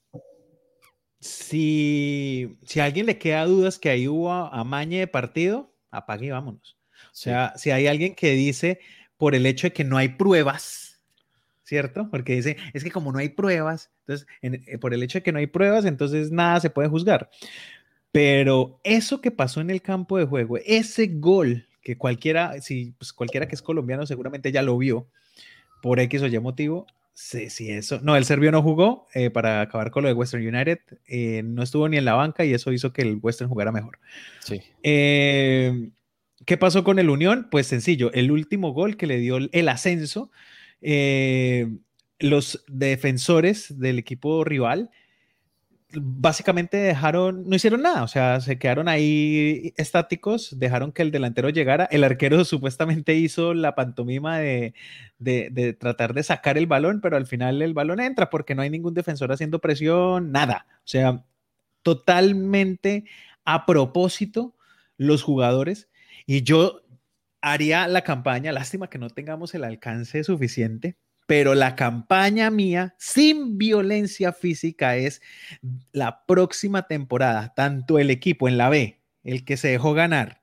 Si, si a alguien le queda dudas que ahí hubo amañe de partido, apague y vámonos. O Sí, sea, si hay alguien que dice por el hecho de que no hay pruebas, ¿cierto? Porque dice, es que como no hay pruebas, entonces, en, eh, por el hecho de que no hay pruebas, entonces nada se puede juzgar. Pero eso que pasó en el campo de juego, ese gol que cualquiera, si pues cualquiera que es colombiano seguramente ya lo vio por X o Y motivo, sí, sí, eso. No, el serbio no jugó eh, para acabar con lo de Western United, eh, no estuvo ni en la banca y eso hizo que el Western jugara mejor. sí. Eh, ¿Qué pasó con el Unión? Pues sencillo, el último gol que le dio el ascenso, eh, los defensores del equipo rival básicamente dejaron, no hicieron nada, o sea, se quedaron ahí estáticos, dejaron que el delantero llegara, el arquero supuestamente hizo la pantomima de, de, de tratar de sacar el balón, pero al final el balón entra porque no hay ningún defensor haciendo presión, nada, o sea, totalmente a propósito los jugadores y yo haría la campaña, lástima que no tengamos el alcance suficiente, pero la campaña mía sin violencia física es la próxima temporada, tanto el equipo en la B, el que se dejó ganar,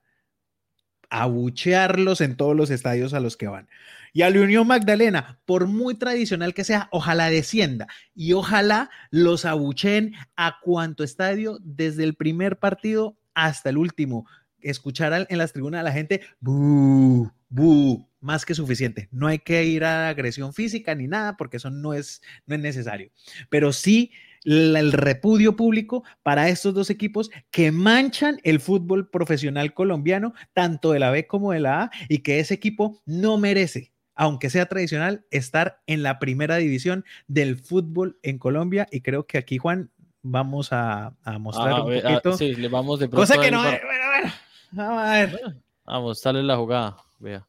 abuchearlos en todos los estadios a los que van. Y a la Unión Magdalena, por muy tradicional que sea, ojalá descienda y ojalá los abucheen a cuanto estadio desde el primer partido hasta el último. Escuchar en las tribunas a la gente, bu, bu, más que suficiente. No hay que ir a agresión física ni nada porque eso no es, no es necesario. Pero sí el repudio público para estos dos equipos que manchan el fútbol profesional colombiano, tanto de la B como de la A, y que ese equipo no merece, aunque sea tradicional, estar en la primera división del fútbol en Colombia. Y creo que aquí, Juan, vamos a, a mostrar A un ver, a- poquito, sí, le vamos de cosa pronto que ahí no es, para... bueno, bueno, vamos a ver. Bueno, vamos, sale la jugada. Vea.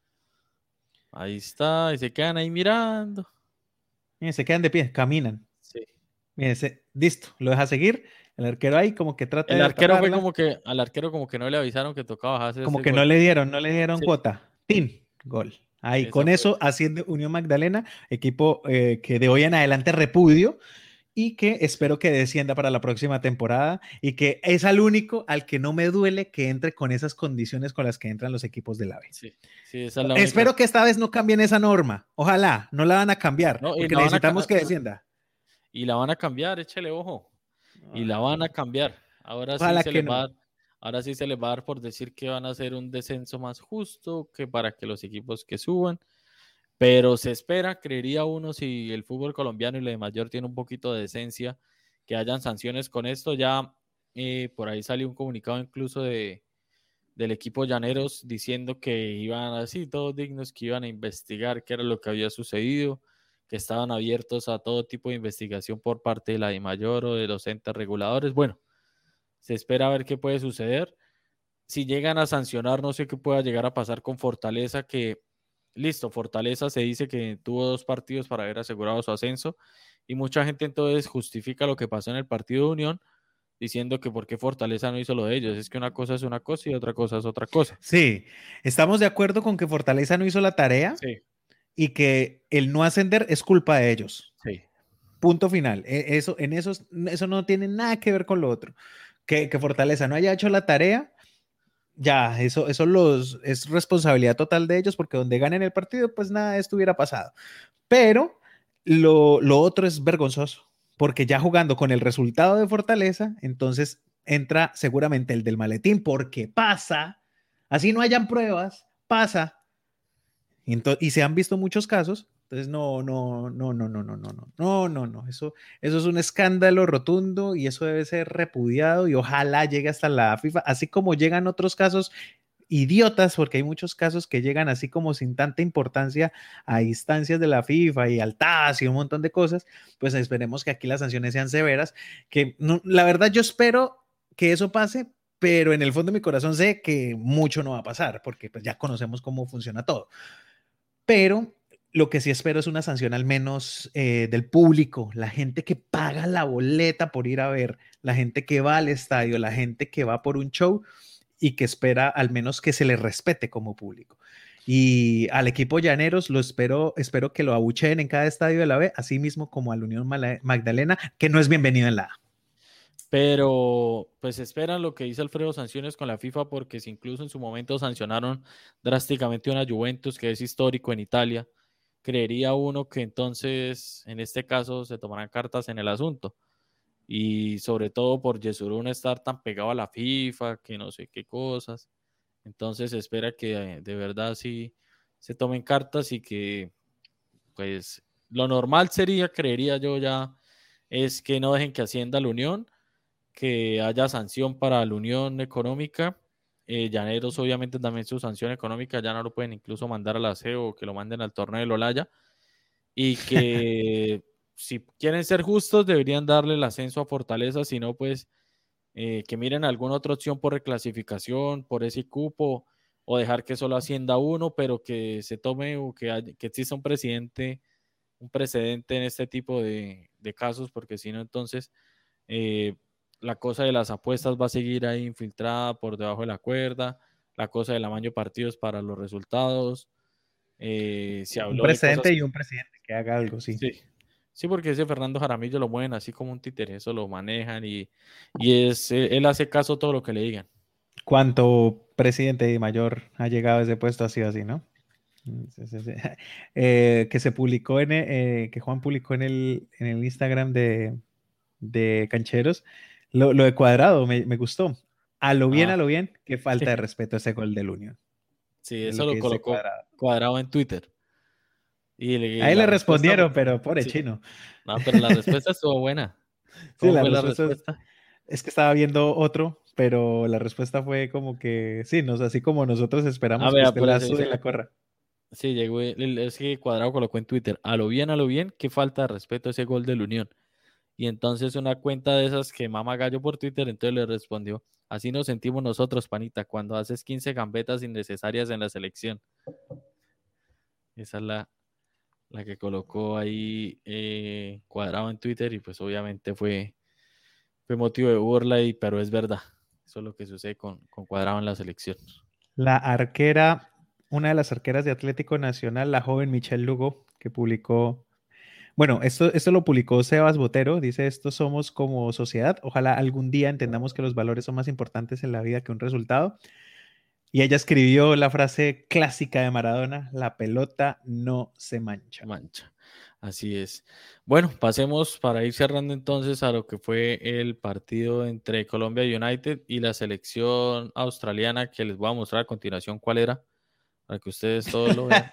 Ahí está, y se quedan ahí mirando. Miren, se quedan de pie, caminan. Sí. Miren, se, listo, lo deja seguir. El arquero ahí como que trata El de arquero fue taparla, como que, al arquero como que no le avisaron que tocaba bajarse como ese que no gol. le dieron, no le dieron Sí, cuota. ¡Tin! Gol. Ahí, esa con fue. eso asciende Unión Magdalena, equipo eh, que de hoy en adelante repudio y que espero que descienda para la próxima temporada y que es al único al que no me duele que entre con esas condiciones con las que entran los equipos del AVE. Sí, sí, esa es la única. Espero que esta vez no cambien esa norma. Ojalá, no la van a cambiar No, y porque la van a, necesitamos ca- que descienda. y la van a cambiar, échale ojo. Y la van a cambiar. Ahora sí Ojalá se que les va a no. dar, ahora sí se les va a dar por decir que van a hacer un descenso más justo, que para que los equipos que suban. Pero se espera, creería uno, si el fútbol colombiano y la de mayor tiene un poquito de decencia, que hayan sanciones con esto. Ya eh, por ahí salió un comunicado incluso de, del equipo Llaneros diciendo que iban así, todos dignos, que iban a investigar qué era lo que había sucedido, que estaban abiertos a todo tipo de investigación por parte de la DIMAYOR o de los entes reguladores. Bueno, se espera a ver qué puede suceder. Si llegan a sancionar, no sé qué pueda llegar a pasar con Fortaleza, que listo, Fortaleza se dice que tuvo dos partidos para haber asegurado su ascenso y mucha gente entonces justifica lo que pasó en el partido de Unión diciendo que por qué Fortaleza no hizo lo de ellos. Es que una cosa es una cosa y otra cosa es otra cosa. Sí, estamos de acuerdo con que Fortaleza no hizo la tarea Sí, y que el no ascender es culpa de ellos. sí. Punto final. E- Eso, en eso, eso no tiene nada que ver con lo otro. Que, que Fortaleza no haya hecho la tarea, ya, eso, eso los, es responsabilidad total de ellos, porque donde ganen el partido, pues nada de esto hubiera pasado. Pero lo, lo otro es vergonzoso, porque ya jugando con el resultado de Fortaleza, entonces entra seguramente el del maletín, porque pasa, así no hayan pruebas, pasa. Y, ento- y se han visto muchos casos. Entonces, no, no, no, no, no, no, no, no, no, no, no. Eso, eso es un escándalo rotundo y eso debe ser repudiado y ojalá llegue hasta la FIFA, así como llegan otros casos idiotas, porque hay muchos casos que llegan así como sin tanta importancia a instancias de la FIFA y al T A S y un montón de cosas. Pues esperemos que aquí las sanciones sean severas, que no, la verdad yo espero que eso pase, pero en el fondo de mi corazón sé que mucho no va a pasar, porque pues ya conocemos cómo funciona todo. Pero lo que sí espero es una sanción al menos eh, del público, la gente que paga la boleta por ir a ver, la gente que va al estadio, la gente que va por un show y que espera al menos que se le respete como público. Y al equipo Llaneros lo espero, espero que lo abucheen en cada estadio de la B, así mismo como al Unión Magdalena, que no es bienvenido en la A. Pero pues esperan lo que dice Alfredo, sanciones con la FIFA, porque si incluso en su momento sancionaron drásticamente a una Juventus que es histórico en Italia, creería uno que entonces en este caso se tomarán cartas en el asunto. Y sobre todo por Yesurún estar tan pegado a la FIFA, que no sé qué cosas. Entonces se espera que eh, de verdad sí se tomen cartas y que pues lo normal sería, creería yo ya, es que no dejen que ascienda la Unión, que haya sanción para la Unión Económica. Eh, Llaneros obviamente también su sanción económica ya no lo pueden incluso mandar al aseo o que lo manden al torneo del Olaya y que si quieren ser justos deberían darle el ascenso a Fortaleza, si no pues eh, que miren alguna otra opción por reclasificación, por ese cupo o dejar que solo ascienda uno, pero que se tome o que, haya, que exista un presidente, un precedente en este tipo de, de casos, porque si no entonces eh, la cosa de las apuestas va a seguir ahí infiltrada por debajo de la cuerda, la cosa del amaño de partidos para los resultados. Eh, se Un habló de cosas precedente y que un presidente que haga algo, sí. sí, sí, porque ese Fernando Jaramillo lo mueven así como un títere, eso lo manejan y, y es, eh, él hace caso a todo lo que le digan. Cuánto presidente y mayor ha llegado a ese puesto ha sido así, ¿no? Sí, sí, sí. Eh, que se publicó en, eh, que Juan publicó en el, en el Instagram de, de Cancheros, lo, lo de Cuadrado me, me gustó. A lo bien, Ah, a lo bien, qué falta de respeto ese gol del Unión, sí, de eso lo que lo dice colocó Cuadrado. cuadrado en Twitter. Y, le- y Ahí la le respuesta fue, respondieron, pero pobre sí, chino. no, pero la respuesta estuvo buena. Sí, ¿Cómo la fue la respuesta es, respuesta? es que estaba viendo otro, pero la respuesta fue como que sí, nos, así como nosotros Ah, esperamos que vea, usted por la eso sude y dice, la corra. sí, llegó, el- es que Cuadrado colocó en Twitter, a lo bien, a lo bien, qué falta de respeto ese gol del Unión. Y entonces una cuenta de esas que mama gallo por Twitter, entonces le respondió, así nos sentimos nosotros, panita, cuando haces quince gambetas innecesarias en la selección. Esa es la, la que colocó ahí eh, Cuadrado en Twitter y pues obviamente fue, fue motivo de burla, y, pero es verdad. Eso es lo que sucede con, con Cuadrado en la selección. La arquera, una de las arqueras de Atlético Nacional, la joven Michelle Lugo, que publicó, bueno, esto, esto lo publicó Sebas Botero, dice, esto somos como sociedad, ojalá algún día entendamos que los valores son más importantes en la vida que un resultado. Y ella escribió la frase clásica de Maradona, la pelota no se mancha. Mancha. Así es. Bueno, pasemos para ir cerrando entonces a lo que fue el partido entre Colombia United y la selección australiana, que les voy a mostrar a continuación cuál era, para que ustedes todos lo vean.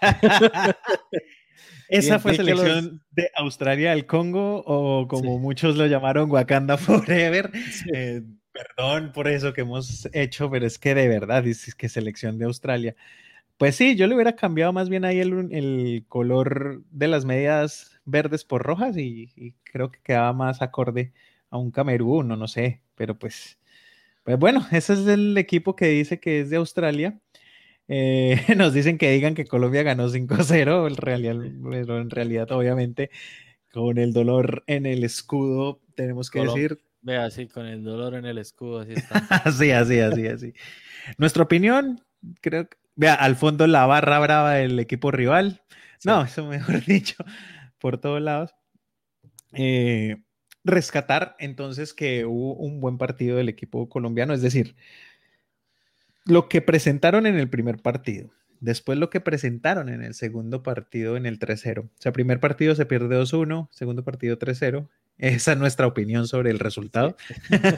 ¿Esa fue Identifíquelos. selección de Australia del Congo o Sí, como muchos lo llamaron Wakanda Forever? sí. Eh, perdón por eso que hemos hecho, pero es que de verdad dices que selección de Australia. Pues sí, yo le hubiera cambiado más bien ahí el, el color de las medias verdes por rojas y, y creo que quedaba más acorde a un Camerún, o no sé, pero pues, pues bueno, ese es el equipo que dice que es de Australia. Eh, nos dicen que digan que Colombia ganó cinco cero, en realidad, pero en realidad obviamente con el dolor en el escudo tenemos que Colombia, decir, vea, así con el dolor en el escudo, así están. así, así, así, así. Nuestra opinión, creo que, vea, al fondo la barra brava del equipo rival, no, Sí, eso mejor dicho, por todos lados. Eh, rescatar entonces que hubo un buen partido del equipo colombiano, es decir, lo que presentaron en el primer partido, después lo que presentaron en el segundo partido en el tres cero. O sea, primer partido se pierde dos uno, segundo partido tres cero. Esa es nuestra opinión sobre el sí. resultado.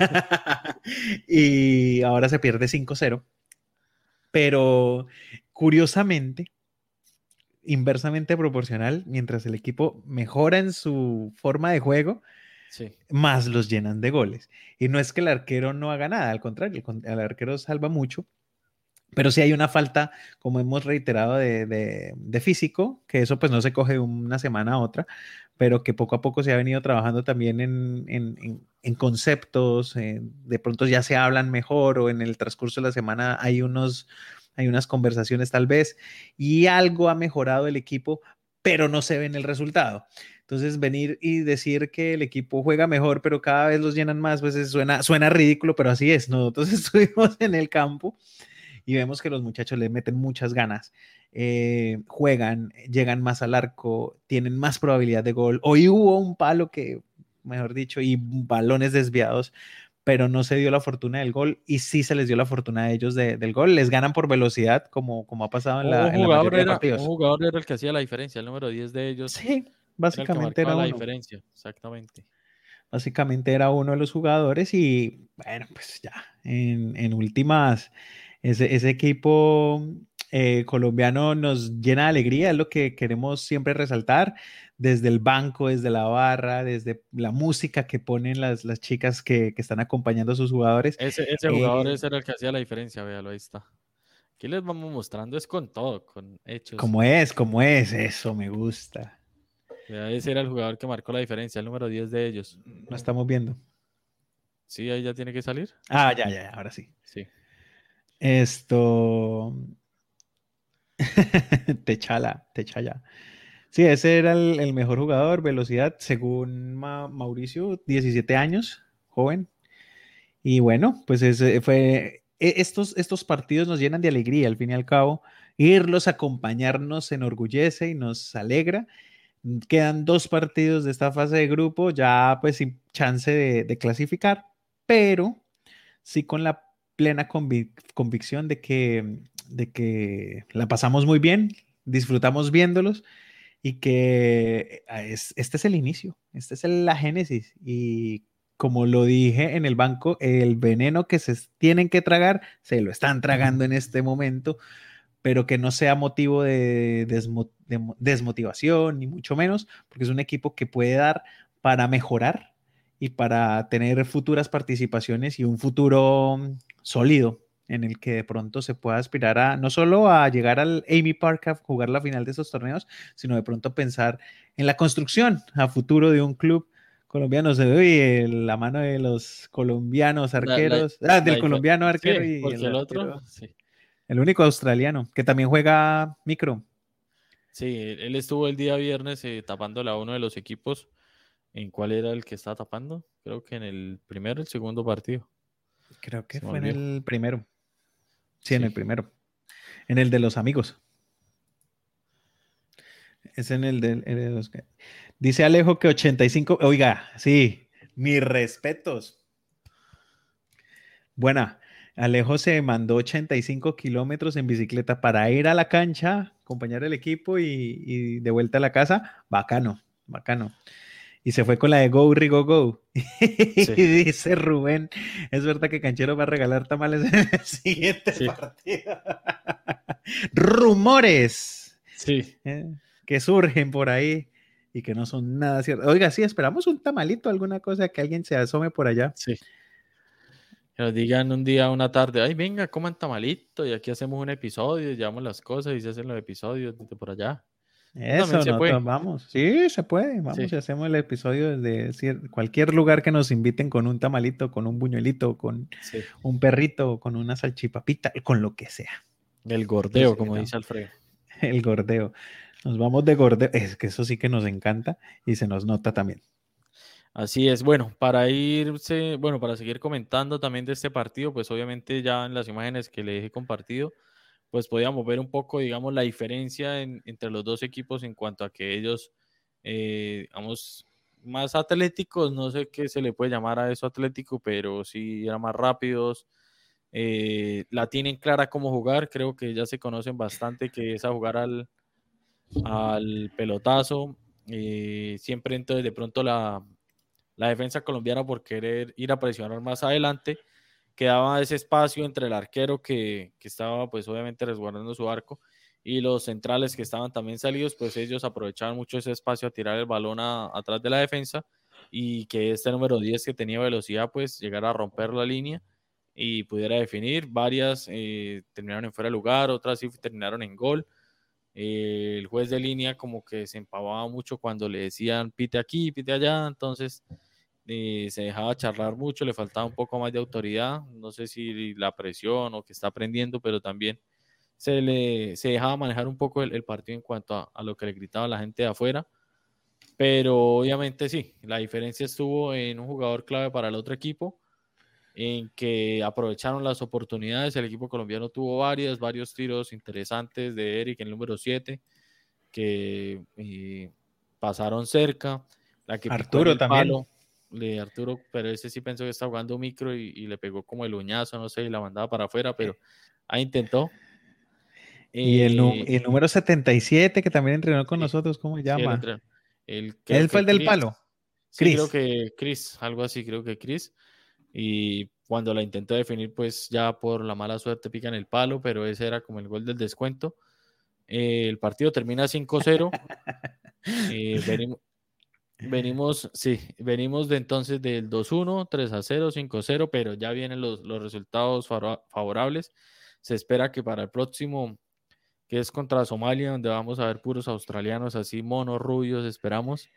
Y ahora se pierde cinco cero. Pero curiosamente, inversamente proporcional, mientras el equipo mejora en su forma de juego, Sí. más los llenan de goles. Y no es que el arquero no haga nada, al contrario, el, el arquero salva mucho, pero sí hay una falta, como hemos reiterado, de, de, de, físico, que eso pues no se coge una semana a otra, pero que poco a poco se ha venido trabajando también en, en, en, en conceptos, eh, de pronto ya se hablan mejor o en el transcurso de la semana hay, unos, hay unas conversaciones tal vez y algo ha mejorado el equipo, pero no se ve en el resultado. Entonces, venir y decir que el equipo juega mejor, pero cada vez los llenan más, pues suena, suena ridículo, pero así es. Nosotros estuvimos en el campo y vemos que los muchachos le meten muchas ganas, eh, juegan, llegan más al arco, tienen más probabilidad de gol. Hoy hubo un palo que, mejor dicho, y balones desviados, pero no se dio la fortuna del gol y sí se les dio la fortuna a ellos de, del gol. Les ganan por velocidad, como, como ha pasado en la, Un en la jugador mayoría de era, un partidos. jugador era el que hacía la diferencia, el número diez de ellos Sí, era el que básicamente marcaba era la uno. diferencia, exactamente. Básicamente era uno de los jugadores y bueno, pues ya, en, en últimas, ese, ese equipo eh, colombiano nos llena de alegría, es lo que queremos siempre resaltar, desde el banco, desde la barra, desde la música que ponen las, las chicas que, que están acompañando a sus jugadores. Ese, ese jugador Eh, ese era el que hacía la diferencia, véalo, ahí está. Aquí les vamos mostrando, es con todo, con hechos. como es, como es, eso me gusta. Vea, ese era el jugador que marcó la diferencia, el número diez de ellos. No estamos viendo. Sí, ahí ya tiene que salir. Ah, ya, ya, ahora sí. Sí. Esto, Techala, Techala. Sí, ese era el, el mejor jugador, velocidad, según Ma- Mauricio, diecisiete años, joven. Y bueno, pues ese fue, e- estos, estos partidos nos llenan de alegría, al fin y al cabo. Irlos a acompañar nos enorgullece y nos alegra. Quedan dos partidos de esta fase de grupo, ya pues sin chance de, de clasificar, pero sí con la plena convic- convicción de que, de que la pasamos muy bien, disfrutamos viéndolos y que eh, es, este es el inicio, este es el- la génesis y como lo dije en el banco, el veneno que se tienen que tragar, se lo están tragando en este momento, pero que no sea motivo de, desmo- de mo- desmotivación, ni mucho menos, porque es un equipo que puede dar para mejorar y para tener futuras participaciones y un futuro mm, sólido en el que de pronto se pueda aspirar a no solo a llegar al Amy Park a jugar la final de estos torneos, sino de pronto pensar en la construcción a futuro de un club colombiano. Se ve la mano de los colombianos La, la, arqueros, ah, la del dife- colombiano arquero sí, y porque el el otro, arquero, sí. el único australiano, que también juega micro. Sí, él él estuvo el día viernes eh, tapándole a uno de los equipos. ¿En cuál era el que estaba tapando? Creo que en el primero, el segundo partido. Creo que Se me fue en olvidó. el primero. Sí, en el Sí. primero. En el de los amigos. Es en el de, en el de los que... Dice Alejo que ochenta y cinco. Oiga, sí, mis respetos. Buena. Alejo se mandó ochenta y cinco kilómetros en bicicleta para ir a la cancha, acompañar el equipo y, y de vuelta a la casa. Bacano, bacano. Y se fue con la de Go Rigo Go. Sí, Y dice Rubén, es verdad que Canchero va a regalar tamales en el siguiente sí, partido. Rumores sí. eh, que surgen por ahí y que no son nada ciertos. Oiga, sí, esperamos un tamalito, alguna cosa que alguien se asome por allá. Sí. Que nos digan un día, una tarde, ay, venga, coman tamalito y aquí hacemos un episodio, llevamos las cosas y se hacen los episodios desde por allá. También Eso, se nosotros puede. vamos. Sí, se puede. Vamos Sí, y hacemos el episodio de cier- cualquier lugar que nos inviten con un tamalito, con un buñuelito, con sí. un perrito, con una salchipapita, con lo que sea. El Eso gordeo, sí que como no. dice Alfredo. El gordeo. Nos vamos de gordeo. Es que eso sí que nos encanta y se nos nota también. Así es. Bueno, para irse, bueno, para seguir comentando también de este partido, pues obviamente ya en las imágenes que le he compartido, pues podíamos ver un poco, digamos, la diferencia en- entre los dos equipos en cuanto a que ellos, eh, digamos, más atléticos, no sé qué se le puede llamar a eso atlético, pero sí eran más rápidos, eh, la tienen clara cómo jugar, creo que ya se conocen bastante, que es a jugar al, al pelotazo, eh, siempre entonces de pronto la, la defensa colombiana por querer ir a presionar más adelante, quedaba ese espacio entre el arquero que, que estaba pues obviamente resguardando su arco y los centrales que estaban también salidos, pues ellos aprovechaban mucho ese espacio a tirar el balón a, atrás de la defensa y que este número diez que tenía velocidad pues llegara a romper la línea y pudiera definir. Varias eh, terminaron en fuera de lugar, otras sí terminaron en gol. Eh, el juez de línea como que se empavaba mucho cuando le decían pite aquí, pite allá, entonces eh, se dejaba charlar mucho, le faltaba un poco más de autoridad, no sé si la presión o que está aprendiendo, pero también se le se dejaba manejar un poco el, el partido en cuanto a, a, lo que le gritaba la gente de afuera, pero obviamente sí, la diferencia estuvo en un jugador clave para el otro equipo, en que aprovecharon las oportunidades, el equipo colombiano tuvo varias, varios tiros interesantes de Eric, el número siete, que eh, pasaron cerca, la que picó en Arturo el también. palo, de Arturo, pero ese sí pensó que estaba jugando micro y, y le pegó como el uñazo, no sé, y la mandaba para afuera, pero ahí intentó. Y el, nu- Eh, el número setenta y siete que también entrenó con sí, nosotros, ¿cómo se sí, el llama? entrenador. El, creo Él fue que el del Chris, palo. sí, creo Chris. que Chris, algo así, creo que Chris. Y cuando la intentó definir, pues ya por la mala suerte pica en el palo, pero ese era como el gol del descuento. Eh, el partido termina cinco cero. Eh, venimos, venimos, sí, venimos de entonces del dos uno, tres a cero, cinco cero, pero ya vienen los, los resultados faro- favorables. Se espera que para el próximo, que es contra Somalia, donde vamos a ver puros australianos así, monos, rubios, esperamos,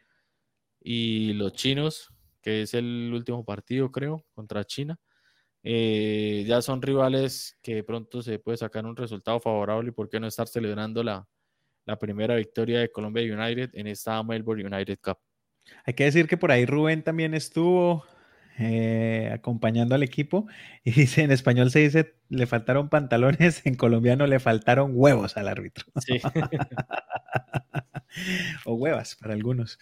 y los chinos, que es el último partido, creo, contra China. Eh, ya son rivales que de pronto se puede sacar un resultado favorable y por qué no estar celebrando la, la primera victoria de Colombia United en esta Melbourne United Cup. Hay que decir que por ahí Rubén también estuvo eh, acompañando al equipo y dice, en español se dice, le faltaron pantalones, en colombiano le faltaron huevos al árbitro. Sí, O huevas para algunos.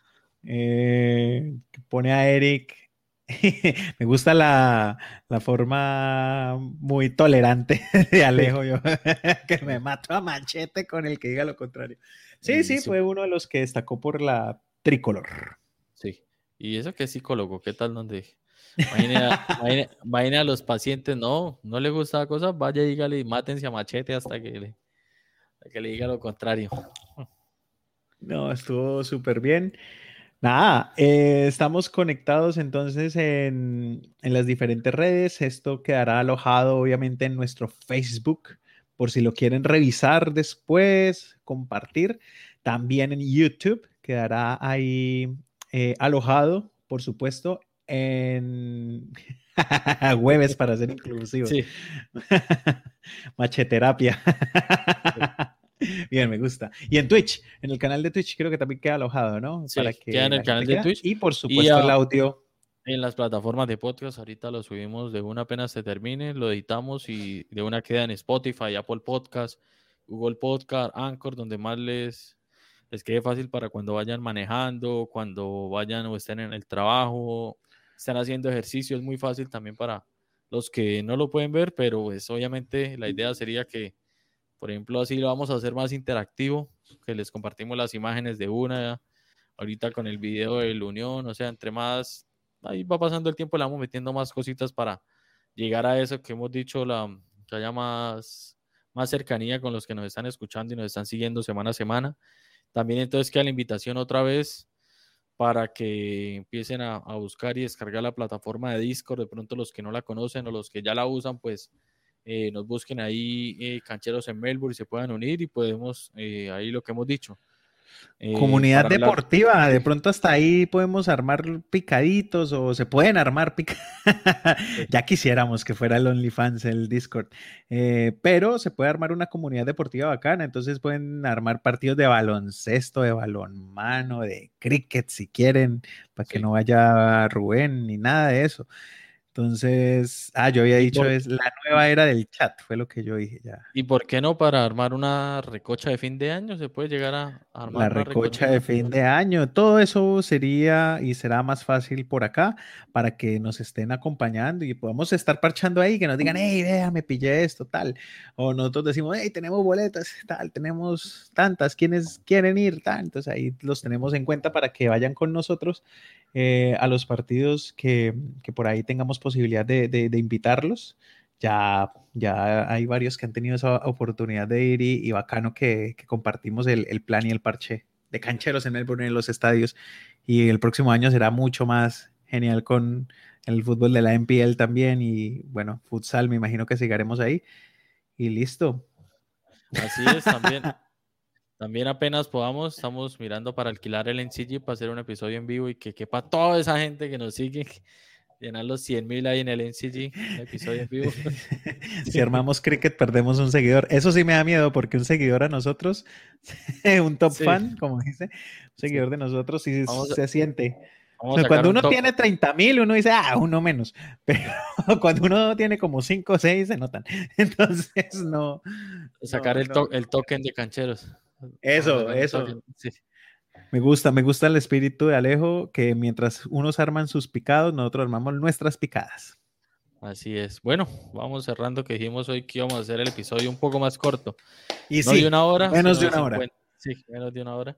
Eh, pone a Eric. Me gusta la, la forma muy tolerante de Alejo, yo, que me mato a machete con el que diga lo contrario. Sí, y sí, sí, fue uno de los que destacó por la tricolor. sí. Y eso que es psicólogo, ¿qué tal donde imagine a, imagine- imagine a los pacientes, no, no le gusta la cosa, vaya y dígale y mátense a machete hasta que le, hasta que le diga lo contrario. No, estuvo súper bien. Nada, eh, estamos conectados entonces en, en las diferentes redes. Esto quedará alojado obviamente en nuestro Facebook por si lo quieren revisar después, compartir. También en YouTube quedará ahí eh, alojado, por supuesto, en webs para ser inclusivos. Sí, Macheterapia. Bien, me gusta. Y en Twitch, en el canal de Twitch creo que también queda alojado, ¿no? Para sí, queda que en el la canal gente de quiera. Twitch Y por y supuesto el a, audio. en las plataformas de podcast, ahorita lo subimos de una apenas se termine, lo editamos y de una queda en Spotify, Apple Podcast, Google Podcast, Anchor, donde más les, les quede fácil para cuando vayan manejando, cuando vayan o estén en el trabajo, estén haciendo ejercicio, es muy fácil también para los que no lo pueden ver, pero pues obviamente la idea sería que, por ejemplo, así lo vamos a hacer más interactivo, que les compartimos las imágenes de una, ahorita con el video de la unión, o sea, entre más, ahí va pasando el tiempo, le vamos metiendo más cositas para llegar a eso que hemos dicho, la, que haya más, más cercanía con los que nos están escuchando y nos están siguiendo semana a semana. También entonces queda la invitación otra vez para que empiecen a, a buscar y descargar la plataforma de Discord, de pronto los que no la conocen o los que ya la usan, pues eh, nos busquen ahí eh, cancheros en Melbourne y se puedan unir y podemos, eh, ahí lo que hemos dicho, eh, Comunidad para hablar. deportiva, de Sí, pronto hasta ahí podemos armar picaditos o se pueden armar picaditos. sí, Ya quisiéramos que fuera el OnlyFans, el Discord. Eh, pero se puede armar una comunidad deportiva bacana, entonces pueden armar partidos de baloncesto, de balonmano, de cricket si quieren, para que sí. no vaya Rubén ni nada de eso. Entonces, ah, yo había ¿Y dicho por, es la nueva era del chat, fue lo que yo dije ya. y por qué no para armar una recocha de fin de año? Se puede llegar a La armar una recocha de recochita. fin de año, todo eso sería y será más fácil por acá para que nos estén acompañando y podamos estar parchando ahí, que nos digan, hey, vea, me pillé esto, tal. O nosotros decimos, hey, tenemos boletas, tal, tenemos tantas, ¿quiénes quieren ir? Tal. Entonces ahí los tenemos en cuenta para que vayan con nosotros eh, a los partidos que, que por ahí tengamos posibilidad de, de, de invitarlos. Ya, ya hay varios que han tenido esa oportunidad de ir y, y bacano que, que compartimos el, el, plan y el parche de cancheros en Melbourne en los estadios. Y el próximo año será mucho más genial con el fútbol de la N P L también. Y bueno, futsal, me imagino que seguiremos ahí. Y listo. Así es, también. También apenas podamos, estamos mirando para alquilar el N C G para hacer un episodio en vivo y que quepa toda esa gente que nos sigue, llenar los cien mil ahí en el N C G, un episodio en vivo. Si Sí, armamos cricket, perdemos un seguidor. Eso sí me da miedo porque un seguidor a nosotros, un top sí, fan, como dice, un sí. seguidor de nosotros, sí Vamos, a- se siente. O vamos a sea, sacar cuando un uno top, tiene treinta mil, uno dice, ah, uno menos. Pero cuando uno tiene como cinco o seis, se notan. Entonces, no, sacar no, el, no, to- el no. token de cancheros. Vamos a Eso, sacar un eso. token. Sí, Me gusta, me gusta el espíritu de Alejo, que mientras unos arman sus picados, nosotros armamos nuestras picadas. así es. Bueno, vamos cerrando que dijimos hoy que íbamos a hacer el episodio un poco más corto. Y No de sí, una hora, menos sino de de una hora. cincuenta. Sí, menos de una hora.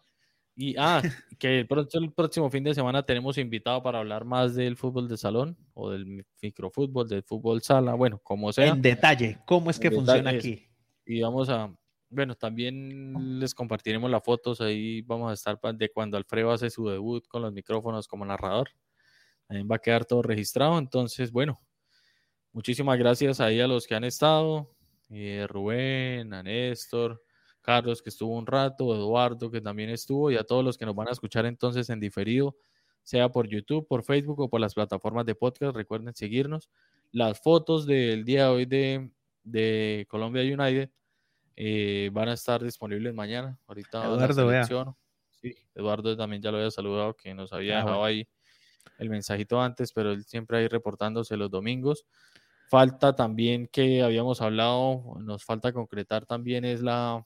Y ah, que el, pronto, el próximo fin de semana tenemos invitado para hablar más del fútbol de salón o del microfútbol, del fútbol sala, bueno, como sea. En detalle, ¿cómo es En que funciona detalle, eso. aquí? Y vamos a, bueno, también les compartiremos las fotos, ahí vamos a estar pa- de cuando Alfredo hace su debut con los micrófonos como narrador. También va a quedar todo registrado. Entonces, bueno, muchísimas gracias ahí a los que han estado, eh, Rubén, a Néstor, Carlos que estuvo un rato, Eduardo que también estuvo y a todos los que nos van a escuchar entonces en diferido, sea por YouTube, por Facebook o por las plataformas de podcast. Recuerden seguirnos. Las fotos del día de hoy de, de Colombia United eh, van a estar disponibles mañana. Ahorita las Eduardo, vea. selecciono. Sí, Eduardo también ya lo había saludado, que nos había Ah, dejado bueno. ahí el mensajito antes, pero él siempre ahí reportándose los domingos. Falta también que habíamos hablado, nos falta concretar también es la,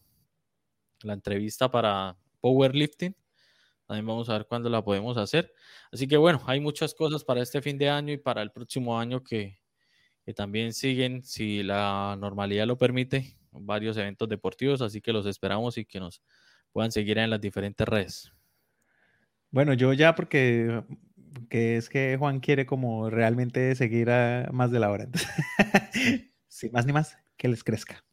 la entrevista para Powerlifting. También vamos a ver cuándo la podemos hacer. Así que bueno, hay muchas cosas para este fin de año y para el próximo año que, que también siguen, si la normalidad lo permite, varios eventos deportivos. Así que los esperamos y que nos puedan seguir en las diferentes redes. Bueno, yo ya porque que es que Juan quiere como realmente seguir a más de la hora. Entonces, Sí. sin más ni más, que les crezca.